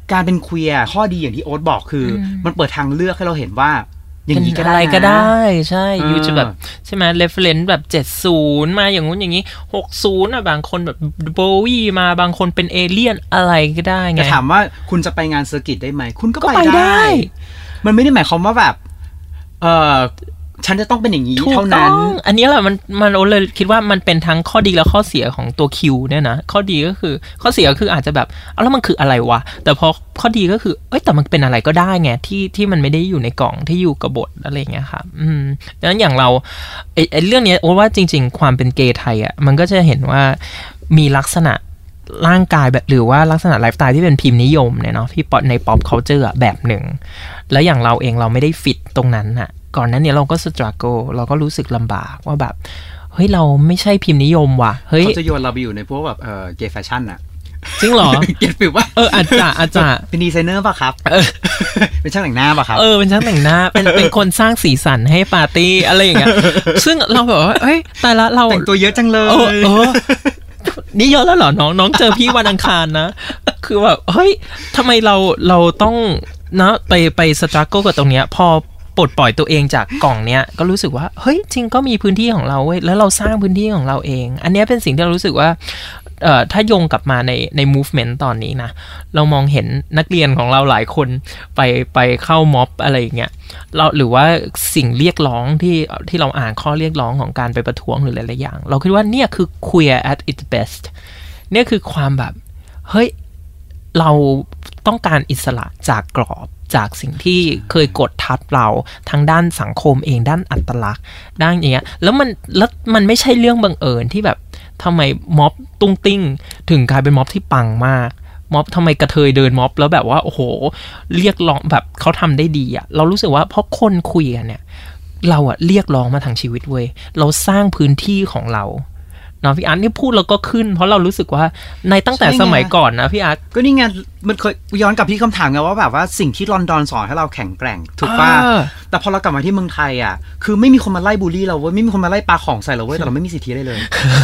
การเป็นเคลียร์ข้อดีอย่างที่โอ๊ตบอกคือมันเปิดทางเลือกให้เราเห็นว่าอย่างนี้ก็ได้ก็ได้ใช่อยู่จะแบบใช่ไหม reference แบบเจ็ดสิบมาอย่างงู้นอย่างนี้หกสิบอ่ะบางคนแบบโบวี่มาบางคนเป็นเอเลี่ยนอะไรก็ได้ไงแต่ถามว่าคุณจะไปงานเซอร์กิตได้ไหมคุณก็ไปได้มันไม่ได้หมายความว่าแบบเออฉันจะต้องเป็นอย่างนี้เท่านั้นอันนี้แหละมันมันโอเลยคิดว่ามันเป็นทั้งข้อดีและข้อเสียของตัวคิวเนี่ยนะข้อดีก็คือข้อเสียก็คืออาจจะแบบเอาแล้วมันคืออะไรวะแต่พอข้อดีก็คือเอ้ยแต่มันเป็นอะไรก็ได้ไงที่ที่มันไม่ได้อยู่ในกล่องที่อยู่กับบทอะไรอย่างเงี้ยครับอืมดังนั้นอย่างเราไอ้ไอ้เรื่องนี้โอ้ว่าจริงๆความเป็นเกย์ไทยอ่ะมันก็จะเห็นว่ามีลักษณะร่างกายแบบหรือว่าลักษณะไลฟ์สไตล์ที่เป็นพิมพ์นิยมเนี่ยเนาะที่ใน pop culture แบบหนึ่งแล้วอย่างเราเองเราไม่ได้ฟิตตรงนั้นอ่ะก่อนนั้นเนี่ยเราก็สตรักเกิลเราก็รู้สึกลำบากว่าแบบเฮ้ยเราไม่ใช่พิมพ์นิยมว่ะเฮ้ยเขาจะโยนเราไปอยู่ในพวกแบบเออเกย์แฟชั่นอะจริงเหรอเกย์ฟิลว่าเอออาจจะอาจจะเป็นดีไซเนอร์ป่ะครับเป็นช่างแต่งหน้าป่ะครับเออเป็นช่างแต่งหน้าเป็นเป็นคนสร้างสีสันให้ปาร์ตี้อะไรอย่างเงี้ยซึ่งเราแบบว่าเฮ้ยแต่ละเราแต่งตัวเยอะจังเลยเออนี่เยอะแล้วเหรอน้องน้องเจอพี่วันอังคารนะคือแบบเฮ้ยทำไมเราเราต้องนะไปไปสตรักเกิลกับตรงเนี้ยพอปลดปล่อยตัวเองจากกล่องเนี้ยก็รู้สึกว่าเฮ้ยจริงก็มีพื้นที่ของเราเว้ยแล้วเราสร้างพื้นที่ของเราเองอันนี้เป็นสิ่งที่เรารู้สึกว่าเอ่อถ้าโยงกลับมาในใน movement ตอนนี้นะเรามองเห็นนักเรียนของเราหลายคนไปไปเข้าม็อบอะไรอย่างเงี้ยเราหรือว่าสิ่งเรียกร้องที่ที่เราอ่านข้อเรียกร้องของการไปประท้วงหรือหลายๆอย่างเราคิดว่าเนี่ยคือ queer at its best เนี่ยคือความแบบเฮ้ยเราต้องการอิสระจากกรอบจากสิ่งที่เคยกดทับเราทั้งด้านสังคมเองด้านอัตลักษณ์ด้านอย่างเงี้ยแล้วมันแล้วมันไม่ใช่เรื่องบังเอิญที่แบบทำไมม็อบตุ้งติ้งถึงกลายเป็นม็อบที่ปังมากม็อบทำไมกระเทยเดินม็อบแล้วแบบว่าโอ้โหเรียกร้องแบบเขาทำได้ดีอะเรารู้สึกว่าเพราะคนคุยกันเนี่ยเราอะเรียกร้องมาทางชีวิตเว้ยเราสร้างพื้นที่ของเราเนาะพี่อาร์ตนี่พูดแล้วก็ขึ้นเพราะเรารู้สึกว่าในตั้งแต่สมัยก่อนนะพี่อาร์ตก็นี่ไงมันเคยย้อนกลับที่คำถามไงว่าแบบว่าสิ่งที่ลอนดอนสอนให้เราแข็งแกร่งถูกป่ะแต่พอเรากลับมาที่เมืองไทยอ่ะคือไม่มีคนมาไล่บูลลี่เราเว้ยไม่มีคนมาไล่ปาของใส่เราเว้ยแต่เราไม่มีสิทธิได้เลย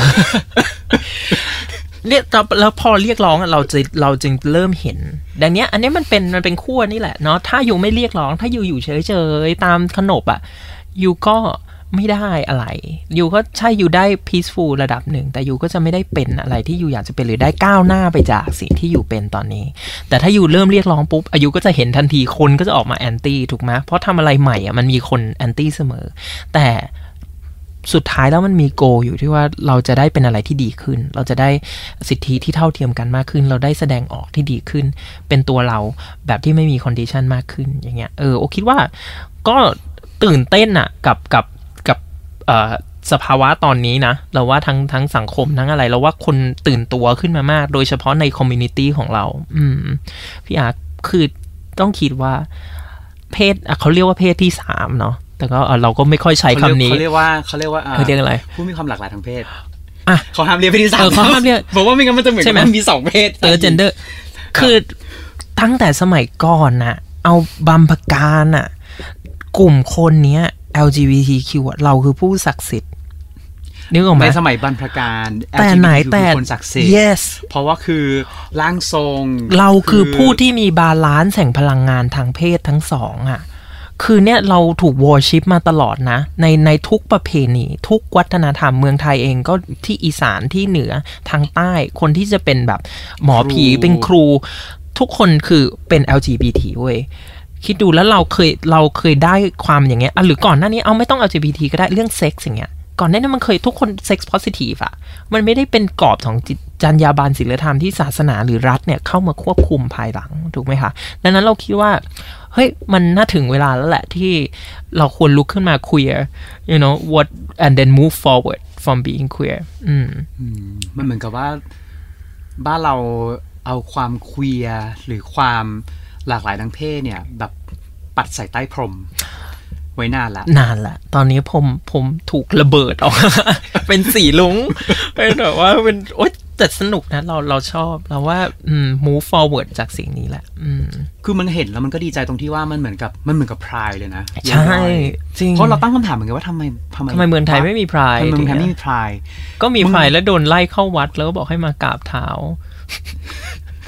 เนี่ยแล้วพอเรียกร้องเราจะเราจึงเริ่มเห็นดังนี้อันนี้มันเป็นมันเป็นขั้วนี่แหละเนาะถ้าอยู่ไม่เรียกร้องถ้าอยู่อยู่เฉยๆตามขนบอ่ะอยู่ก็ไม่ได้อะไรยูก็ใช่อยู่ได้ peaceful ระดับหนึ่งแต่ยูก็จะไม่ได้เป็นอะไรที่ยูอยากจะเป็นหรือได้ก้าวหน้าไปจากสิ่งที่ยูเป็นตอนนี้แต่ถ้ายูเริ่มเรียกร้องปุ๊บอายุก็จะเห็นทันทีคนก็จะออกมาแอนตี้ถูกไหมเพราะทำอะไรใหม่อ่ะมันมีคนแอนตี้เสมอแต่สุดท้ายแล้วมันมีโกอยู่ที่ว่าเราจะได้เป็นอะไรที่ดีขึ้นเราจะได้สิทธิที่เท่าเทียมกันมากขึ้นเราได้แสดงออกที่ดีขึ้นเป็นตัวเราแบบที่ไม่มีคอนดิชันมากขึ้นอย่างเงี้ยเออโอคิดว่าก็ตื่นเต้นอ่ะกับกับสภาวะตอนนี้นะเราว่าทั้งทั้งสังคมทั้งอะไรเราว่าคนตื่นตัวขึ้นมามากโดยเฉพาะในคอมมูนิตี้ของเราอืมพี่อาร์คือต้องคิดว่าเพศเขาเรียกว่าเพศที่สามเนาะแต่ก็เราก็ไม่ค่อยใช้คำนี้เขาเรียกว่าเขาเรียกว่าเขาเรียกอะไรผู้มีความหลากหลายทางเพศอ่ะเขาห้ามเรียกเพศที่สามเขาห้ามเรียกบอกว่าไม่งั้นมันจะเหมือนมันมีสองเพศเตอร์เจนเดอร์คือตั้งแต่สมัยก่อนน่ะเอาบัมพการน่ะกลุ่มคนเนี้ยแอล จี บี ที คิว อ่ะเราคือผู้ศักดิ์สิทธิ์นึกออกไหมในสมัยบรรพการแต่ไหนแต่คนศักดิ์สิทธิ์ yes เพราะว่าคือร่างทรงเราคือผู้ที่มีบาลานซ์แห่งพลังงานทางเพศทั้งสองอ่ะคือเนี่ยเราถูกวอร์ชิปมาตลอดนะในในทุกประเพณีทุกวัฒนธรรมเมืองไทยเองก็ที่อีสานที่เหนือทางใต้คนที่จะเป็นแบบหมอผีเป็นครูทุกคนคือเป็น แอล จี บี ที เว้ยคิดดูแล้วเราเคยเราเคยได้ความอย่างเงี้ยหรือก่อนหน้านี้เอาไม่ต้อง แอล จี บี ที ก็ได้เรื่องเซ็กส์อย่างเงี้ยก่อนหน้านี้มันเคยทุกคนเซ็กส์โพสิทีฟอะมันไม่ได้เป็นกรอบของจรรยาบรรณศีลธรรมที่ศาสนาหรือรัฐเนี่ยเข้ามาควบคุมภายหลังถูกไหมคะดังนั้นเราคิดว่าเฮ้ยมันน่าถึงเวลาแล้วแหละที่เราควรลุกขึ้นมา queer you know what and then move forward from being queer อืมมันเหมือนกับว่าบ้านเราเอาความเคลียร์หรือความหลากหลายทางเพศเนี่ยแบบปัดใส่ใต้พรมไว้นานละนานละตอนนี้ผมผมถูกระเบิดออก เป็นสีลุ้งเป็นแบบว่าเป็นโอ๊ยแต่สนุกนะเราเราชอบเราว่าอืม move forward จากสิ่งนี้แหละอืมคือมันเห็นแล้วมันก็ดีใจตรงที่ว่ามันเหมือนกับมันเหมือนกับพรายเลยนะใช่จริงเพราะเราตั้งคำถามเหมือนกันว่าทำไมทำไมทำไมเมืองไทยไม่มีพรายทำไมเมืองไทยไม่มีพรายก็มีพรายแล้วโดนไล่เข้าวัดแล้วก็บอกให้มากราบเท้า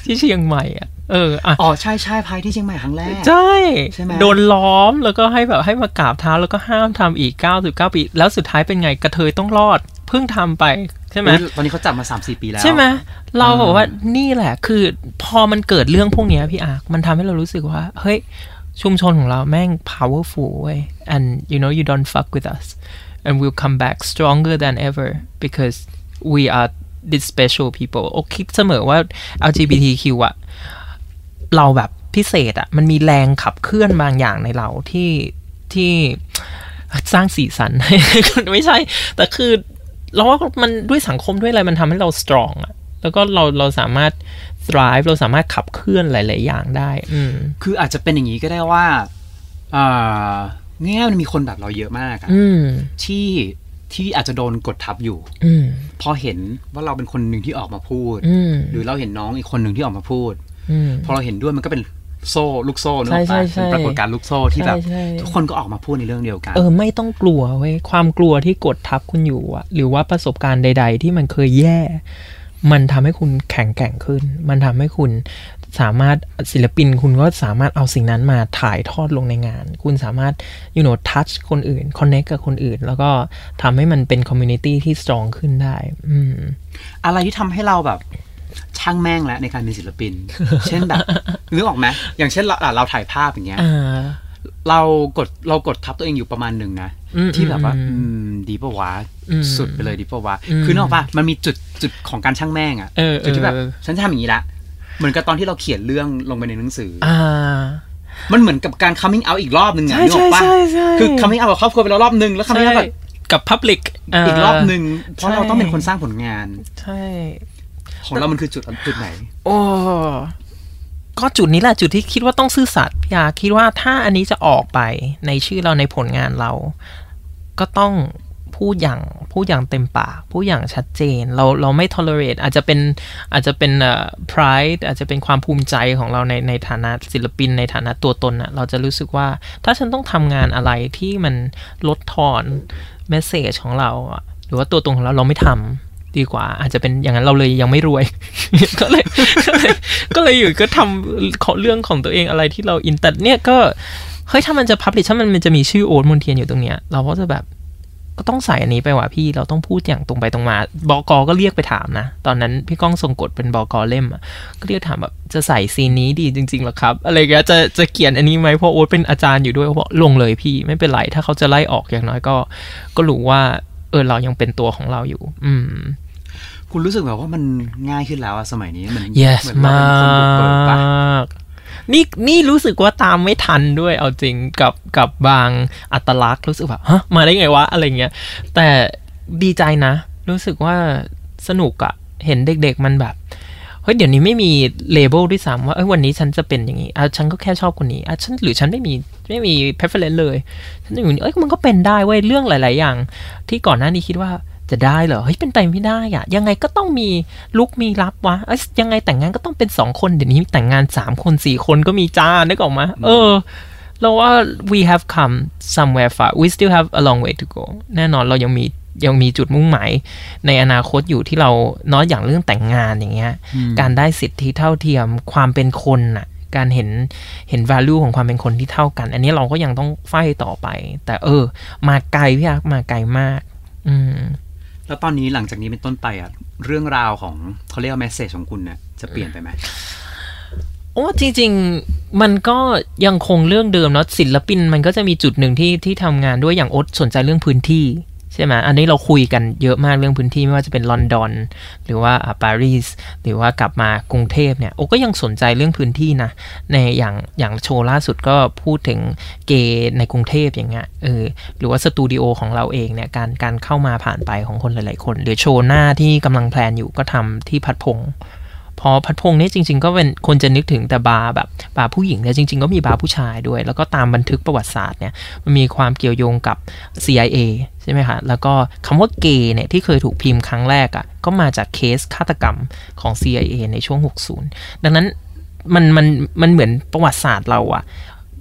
ที่เชียงใหม่อ่ะเอออ๋อใช่ใช่พายที่เชียงใหม่ครั้งแรกใช่ใช่ไหมโดนล้อมแล้วก็ให้แบบให้มากราบเท้าแล้วก็ห้ามทำอีกเก้าสิบเก้าปีแล้วสุดท้ายเป็นไงกระเทยต้องรอดเพิ่งทำไปใช่ไหมตอนนี้เขาจับมา สามสี่ ปีแล้วใช่ไหมเราบอกว่านี่แหละคือพอมันเกิดเรื่องพวกนี้พี่อาร์มันทำให้เรารู้สึกว่าเฮ้ยชุมชนของเราแม่ง powerful เว้ย and you know you don't fuck with us and we'll come back stronger than ever because we are these special people โอคิดเสมอว่า แอล จี บี ที คิว อ่ะเราแบบพิเศษอ่ะมันมีแรงขับเคลื่อนบางอย่างในเราที่ที่สร้างสีสัน ไม่ใช่แต่คือเราว่ามันด้วยสังคมด้วยอะไรมันทำให้เรา strong อ่ะแล้วก็เราเราสามารถ thrive เราสามารถขับเคลื่อนหลายๆอย่างได้อืมคืออาจจะเป็นอย่างนี้ก็ได้ว่าอ่าง่ายๆมันมีคนแบบเราเยอะมากอ่ะที่ที่อาจจะโดนกดทับอยู่พอเห็นว่าเราเป็นคนหนึ่งที่ออกมาพูดหรือเราเห็นน้องอีกคนหนึ่งที่ออกมาพูดพอเราเห็นด้วยมันก็เป็นโซ่ลูกโซ่เนอะเป็นปรากฏการณ์ลูกโซ่ที่แบบทุกคนก็ออกมาพูดในเรื่องเดียวกันเออไม่ต้องกลัวเว้ยความกลัวที่กดทับคุณอยู่อะหรือว่าประสบการณ์ใดๆที่มันเคยแย่มันทำให้คุณแข็งแกร่งขึ้นมันทำให้คุณสามารถศิลปินคุณก็สามารถเอาสิ่งนั้นมาถ่ายทอดลงในงานคุณสามารถ you know touch คนอื่น connect กับคนอื่นแล้วก็ทำให้มันเป็น community ที่ strong ขึ้นได้อืมอะไรที่ทำให้เราแบบช่างแม่งแล้วในการเป็นศิลปิน เช่นแบบนึกออกไหมอย่างเช่นเราเราถ่ายภาพอย่างเงี้ยเรากดเรากดทับตัวเองอยู่ประมาณหนึ่งนะที่แบบว่าดีปะวะสุดไปเลยดีปะวะคือนอกป่ะมันมีจุดจุดของการช่างแม่งอ่ะจุดที่แบบฉันทำอย่างนี้ละเหมือนกับตอนที่เราเขียนเรื่องลงไปในหนังสือมันเหมือนกับการ coming out อีกรอบนึงอ่ะนึกออกป่ะคือ coming out กับครอบครัวไปแล้วรอบนึงแล้ว coming out กับ public อีกรอบนึงเพราะเราต้องเป็นคนสร้างผลงานใช่ของเรามันคือจุดจุดไหนโอ้ก็จุดนี้แหละจุดที่คิดว่าต้องซื่อสัตย์พี่อาคิดว่าถ้าอันนี้จะออกไปในชื่อเราในผลงานเราก็ต้องพูดอย่างพูดอย่างเต็มปากพูดอย่างชัดเจนเราเราไม่ tolerate อาจจะเป็นอาจจะเป็นเอ่อ pride อาจจะเป็นความภูมิใจของเราในในฐานะศิลปินในฐานะตัวตนน่ะเราจะรู้สึกว่าถ้าฉันต้องทำงานอะไรที่มันลดทอน message ของเราหรือว่าตัวตนของเราเราไม่ทำดีกว่าอาจจะเป็นอย่างนั้นเราเลยยังไม่รวย ก็เลยก็เลยก็เลยอยู่ก็ทำเรื่องของตัวเองอะไรที่เราอินแต่เนี่ยก็เฮ้ยถ้ามันจะพับลิชถ้ามันมันจะมีชื่อโอ๊ตมนเทียนอยู่ตรงเนี้ยเราก็จะแบบก็ต้องใส่อันนี้ไปว่ะพี่เราต้องพูดอย่างตรงไปตรงมาบก.ก็เรียกไปถามนะตอนนั้นพี่ก้องทรงกฎเป็นบก.เล่มอ่ะก็เรียกถามแบบจะใส่ซีนนี้ดีจริงๆหรอครับอะไรเงี้ยจะจะเขียนอันนี้ไหมเพราะโอ๊ตเป็นอาจารย์อยู่ด้วยเขาบอกลงเลยพี่ไม่เป็นไรถ้าเขาจะไล่ออกอย่างน้อยก็ก็รู้ว่าเออเรายังเป็นตัวของเราอยู่อืมคุณรู้สึกแบบว่ามันง่ายขึ้นแล้วอะสมัยนี้มัน yes มากนี่นี่รู้สึกว่าตามไม่ทันด้วยเอาจริงกับกับบางอัตลักษณ์รู้สึกแบบฮะมาได้ไงวะอะไรเงี้ยแต่ดีใจนะรู้สึกว่าสนุกอะเห็นเด็กๆมันแบบเฮ้ยเดี๋ยวนี้ไม่มีเลเบลด้วยซ้ำว่าเอ้ยวันนี้ฉันจะเป็นอย่างนี้อ่ะฉันก็แค่ชอบคนนี้อ่ะฉันหรือฉันไม่มีไม่มี preference เลยฉันอยู่นี่เอ้ยมันก็เป็นได้เว้ยเรื่องหลายๆอย่างที่ก่อนหน้านี้คิดว่าจะได้เหรอเฮ้ยเป็นไปไม่ได้อะยังไงก็ต้องมีลุกมีรับวะเอ้ยยังไงแต่งงานก็ต้องเป็นสองคนเดี๋ยวนี้แต่งงานสามคนสี่คนก็มีจ้านึกออกมาเออเราว่า we have come somewhere far we still have a long way to go แน่นอนเรายังมียังมีจุดมุ่งหมายในอนาคตอยู่ที่เราเนาะอย่างเรื่องแต่งงานอย่างเงี้ยการได้สิทธิเท่าเทียมความเป็นคนน่ะการเห็นเห็น value ของความเป็นคนที่เท่ากันอันนี้เราก็ยังต้องไฟต่อไปแต่เออมาไกลพี่อาร์มาไกลมากอืมแล้วตอนนี้หลังจากนี้เป็นต้นไปอ่ะเรื่องราวของเขาเรียกว่า message ของคุณเนี่ยจะเปลี่ยนไปไหมโอ้จริงๆมันก็ยังคงเรื่องเดิมเนาะศิลปินมันก็จะมีจุดหนึ่งที่ที่ทำงานด้วยอย่างโอ๊ตสนใจเรื่องพื้นที่ใช่ไหมอันนี้เราคุยกันเยอะมากเรื่องพื้นที่ไม่ว่าจะเป็นลอนดอนหรือว่าปารีสหรือว่ากลับมากรุงเทพเนี่ยโอ้ก็ยังสนใจเรื่องพื้นที่นะในอย่างอย่างโชว์ล่าสุดก็พูดถึงเกย์ในกรุงเทพอย่างเงี้ยเออหรือว่าสตูดิโอของเราเองเนี่ยการการเข้ามาผ่านไปของคนหลายๆคนหรือโชว์หน้าที่กำลังแพลนอยู่ก็ทำที่พัดพงพอพัดพงนี่จริงๆก็เป็นคนจะนึกถึงแต่บาร์แบบบาร์ผู้หญิงแต่จริงๆก็มีบาร์ผู้ชายด้วยแล้วก็ตามบันทึกประวัติศาสตร์เนี่ยมันมีความเกี่ยวโยงกับ ซี ไอ เอ ใช่ไหมคะแล้วก็คำว่าเกย์เนี่ยที่เคยถูกพิมพ์ครั้งแรกอ่ะก็มาจากเคสฆาตกรรมของ ซี ไอ เอ ในช่วงหกสิบดังนั้นมันมันมันเหมือนประวัติศาสตร์เราอ่ะ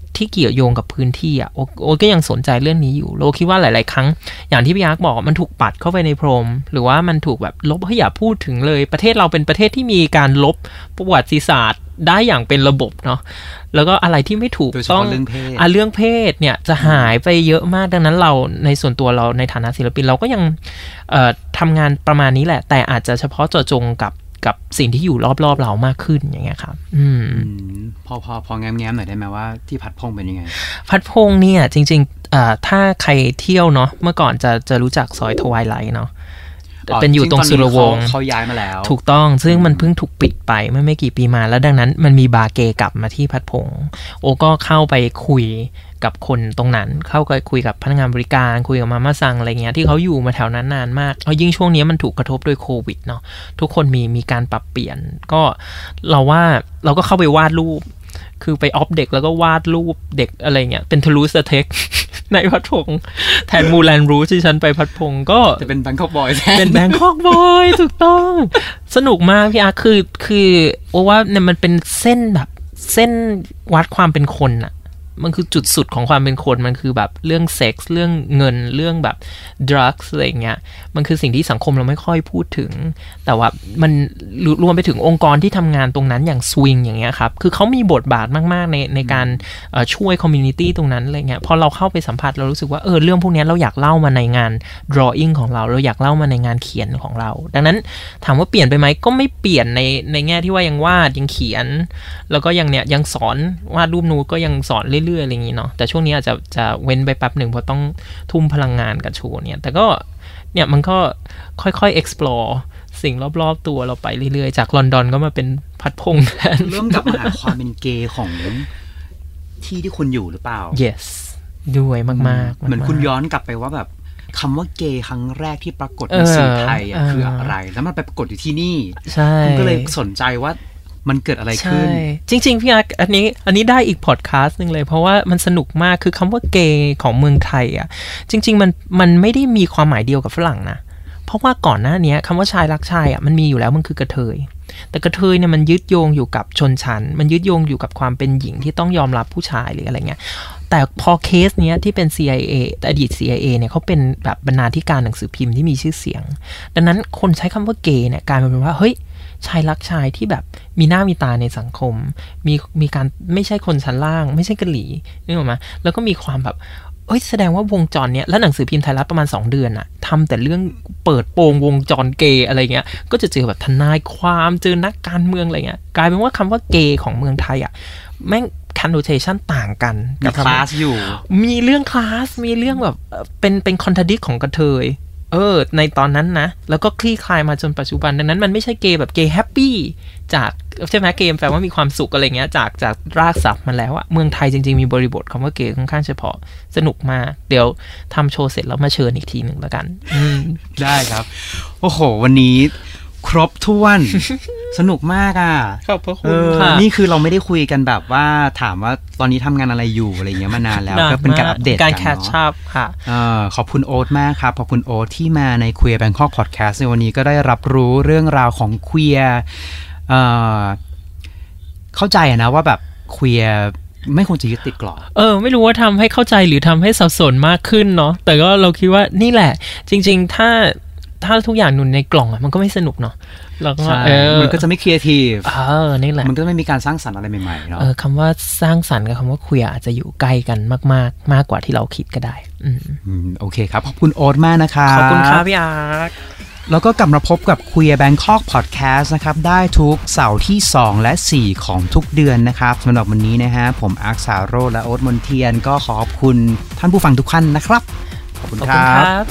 ที่เกี่ยวโยงกับพื้นที่อ่ะโอโอก็ยังสนใจเรื่องนี้อยู่โอคิดว่าหลายๆครั้งอย่างที่พี่ยักษ์บอกมันถูกปัดเข้าไปในพรมหรือว่ามันถูกแบบลบให้อย่าพูดถึงเลยประเทศเราเป็นประเทศที่มีการลบประวัติศาสตร์ได้อย่างเป็นระบบเนาะแล้วก็อะไรที่ไม่ถูกต้องเรื่องเพศอ่ะเรื่องเพศเนี่ยจะหายไปเยอะมากดังนั้นเราในส่วนตัวเราในฐานะศิลปินเราก็ยังเอ่อทำงานประมาณนี้แหละแต่อาจจะเฉพาะเจาะจงกับกับสิ่งที่อยู่รอบๆเรามากขึ้นอย่างเงี้ยครับอืมพอพอพอแง้มๆหน่อยได้ไหมว่าที่พัดพงเป็นยังไงพัดพงเนี่ยจริงๆอ่าถ้าใครเที่ยวเนาะเมื่อก่อนจะจะรู้จักซอยทวายไลท์เนาะเป็นอยู่ตรงสุรวงศ์เขาย้ายมาแล้วถูกต้องซึ่งมันเพิ่งถูกปิดไปเมื่อไม่กี่ปีมาแล้วดังนั้นมันมีบาร์เกย์กลับมาที่พัดพงโอก็เข้าไปคุยกับคนตรงนั้นเข้าไปคุยกับพนักงานบริการคุยกับมาม่าซังอะไรเงี้ยที่เขาอยู่มาแถวนั้นนานมากแล้วยิ่งช่วงนี้มันถูกกระทบโดยโควิดเนาะทุกคนมีมีการปรับเปลี่ยนก็เราว่าเราก็เข้าไปวาดรูปคือไปออฟเด็กแล้วก็วาดรูปเด็กอะไรเงี้ยเป็นทูลูสเทคในพัดพงแทนมูแลนรูสที่ฉันไปพัดพงก็จะเป็นแบงคอกบอยเป็นแบงคอกบอยถูกต้องสนุกมากพี่อาร์คือคือโอ้ว่าเนี่ยมันเป็นเส้นแบบเส้นวัดความเป็นคนอะมันคือจุดสุดของความเป็นคนมันคือแบบเรื่องเซ็กส์เรื่องเงินเรื่องแบบดรักส์อะไรเงี้ยมันคือสิ่งที่สังคมเราไม่ค่อยพูดถึงแต่ว่ามันรวมไปถึงองค์กรที่ทำงานตรงนั้นอย่างสวิงอย่างเงี้ยครับคือเขามีบทบาทมากๆในในการช่วยคอมมูนิตี้ตรงนั้นอะไรเงี้ยพอเราเข้าไปสัมผัสเรารู้สึกว่าเออเรื่องพวกนี้เราอยากเล่ามาในงาน drawing ของเราเราอยากเล่ามาในงานเขียนของเราดังนั้นถามว่าเปลี่ยนไปไหมก็ไม่เปลี่ยนในในแง่ที่ว่ายังวาดยังเขียนแล้วก็ยังเนี่ยยังสอนวาดรูปนูก็ยังสอนเรื่อยอะไรอย่างนี้เนาะแต่ช่วงนี้อาจจะจะเว้นไปแป๊บหนึ่งเพราะต้องทุ่มพลังงานกับโชว์เนี่ยแต่ก็เนี่ยมันก็ค่อยๆ explore สิ่งรอบๆตัวเราไปเรื่อยๆจากลอนดอนก็มาเป็นพัดพงแทนเริ่มกลับมาหาความเป็นเกย์ของที่ที่คุณอยู่หรือเปล่า yes ด้วยมากๆเหมือนคุณย้อนกลับไปว่าแบบคำว่าเกย์ครั้งแรกที่ปรากฏในสื่อไทยอ่ะคืออะไรแล้วมันไปปรากฏอยู่ที่นี่คุณก็เลยสนใจว่ามันเกิดอะไรขึ้นจริงๆพี่อาร์อันนี้อันนี้ได้อีกพอดคาสต์นึงเลยเพราะว่ามันสนุกมากคือคำว่าเกย์ของเมืองไทยอ่ะจริงๆมันมันไม่ได้มีความหมายเดียวกับฝรั่งนะเพราะว่าก่อนหน้านี้คำว่าชายรักชายอ่ะมันมีอยู่แล้วมันคือกระเทยแต่กระเทยเนี่ยมันยึดโยงอยู่กับชนชั้นมันยึดโยงอยู่กับความเป็นหญิงที่ต้องยอมรับผู้ชายหรืออะไรเงี้ยแต่พอเคสเนี้ยที่เป็น ซี ไอ เอ อดีต ซี ไอ เอ เนี่ยเขาเป็นแบบบรรณาธิการหนังสือพิมพ์ที่มีชื่อเสียงดังนั้นคนใช้คำว่าเกย์เนี่ยกลายมาเป็นว่าเฮ้ยชายรักชายที่แบบมีหน้ามีตาในสังคมมีมีการไม่ใช่คนชั้นล่างไม่ใช่กะหรี่นึกออกมาแล้วก็มีความแบบเอ้ยแสดงว่าวงจรเนี้ยแล้วหนังสือพิมพ์ไทยรัฐประมาณสองเดือนอะทำแต่เรื่องเปิดโปงวงจรเกย์อะไรเงี้ยก็จะเจอแบบทนายความเจอนักการเมืองอะไรเงี้ยกลายเป็นว่าคำว่าเกย์ของเมืองไทยอะแม่งconnotation ต่างกันกับคลาสอยู่มีเรื่องคลาสมีเรื่องแบบเป็นเป็น contradict ของกระเทยเออในตอนนั้นนะแล้วก็คลี่คลายมาจนปัจจุบันดังนั้นมันไม่ใช่เกย์แบบเกย์แฮปปี้จากใช่ไหมเกย์แปลว่ามีความสุขอะไรเงี้ยจากจากรากศัพท์มาแล้วอะเมืองไทยจริงๆมีบริบทคำว่าเกย์ค่อนข้างเฉพาะสนุกมากเดี๋ยวทำโชว์เสร็จแล้วมาเชิญอีกทีหนึ่งแล้วกันได้ครับโอ้โหวันนี้ครบถ้วน สนุกมากอ่ะขอบพระคุณค่ะนี่คือเราไม่ได้คุยกันแบบว่าถามว่าตอนนี้ทำงานอะไรอยู่อะไรเงี้ยมานานแล้วก็เป็นการอัปเดตกันการแคชชัพค่ะขอบคุณโอ๊ตมากครับขอบคุณโอ๊ตที่มาใน Queer Bangkok Podcast ในวันนี้ก็ได้รับรู้เรื่องราวของ Queer เอ่อเข้าใจนะว่าแบบ Queer ไม่ควรจะยึดติดกรอบเออไม่รู้ว่าทำให้เข้าใจหรือทำให้สับสนมากขึ้นเนาะแต่ก็เราคิดว่านี่แหละจริงๆถ้าถ้าทุกอย่างอยู่ในกล่องอะมันก็ไม่สนุกเนาะแล้วก็เออมันก็จะไม่ครีเอทีฟเออนี่แหละมันก็ไม่มีการสร้างสรรค์อะไรใหม่ๆเนาะเออคำว่าสร้างสรรค์กับคำว่าคุยอาจจะอยู่ใกล้กันมากๆมากกว่าที่เราคิดก็ได้อืมโอเคครับขอบคุณโอ๊ตมากนะครับขอบคุณครับพี่อาร์ตแล้วก็กลับมาพบกับ Queer Bangkok Podcast นะครับได้ทุกเสาร์ที่สองและสี่ของทุกเดือนนะครับสำหรับวันนี้นะฮะผมอาร์คสาโรจน์และโอ๊ตมนเทียนก็ขอบคุณท่านผู้ฟังทุกท่านนะครับขอบคุณครับ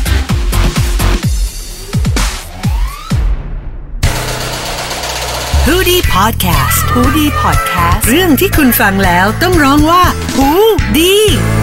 ฮูดี้พอดแคสต์ฮูดี้พอดแคสต์เรื่องที่คุณฟังแล้วต้องร้องว่าฮูดี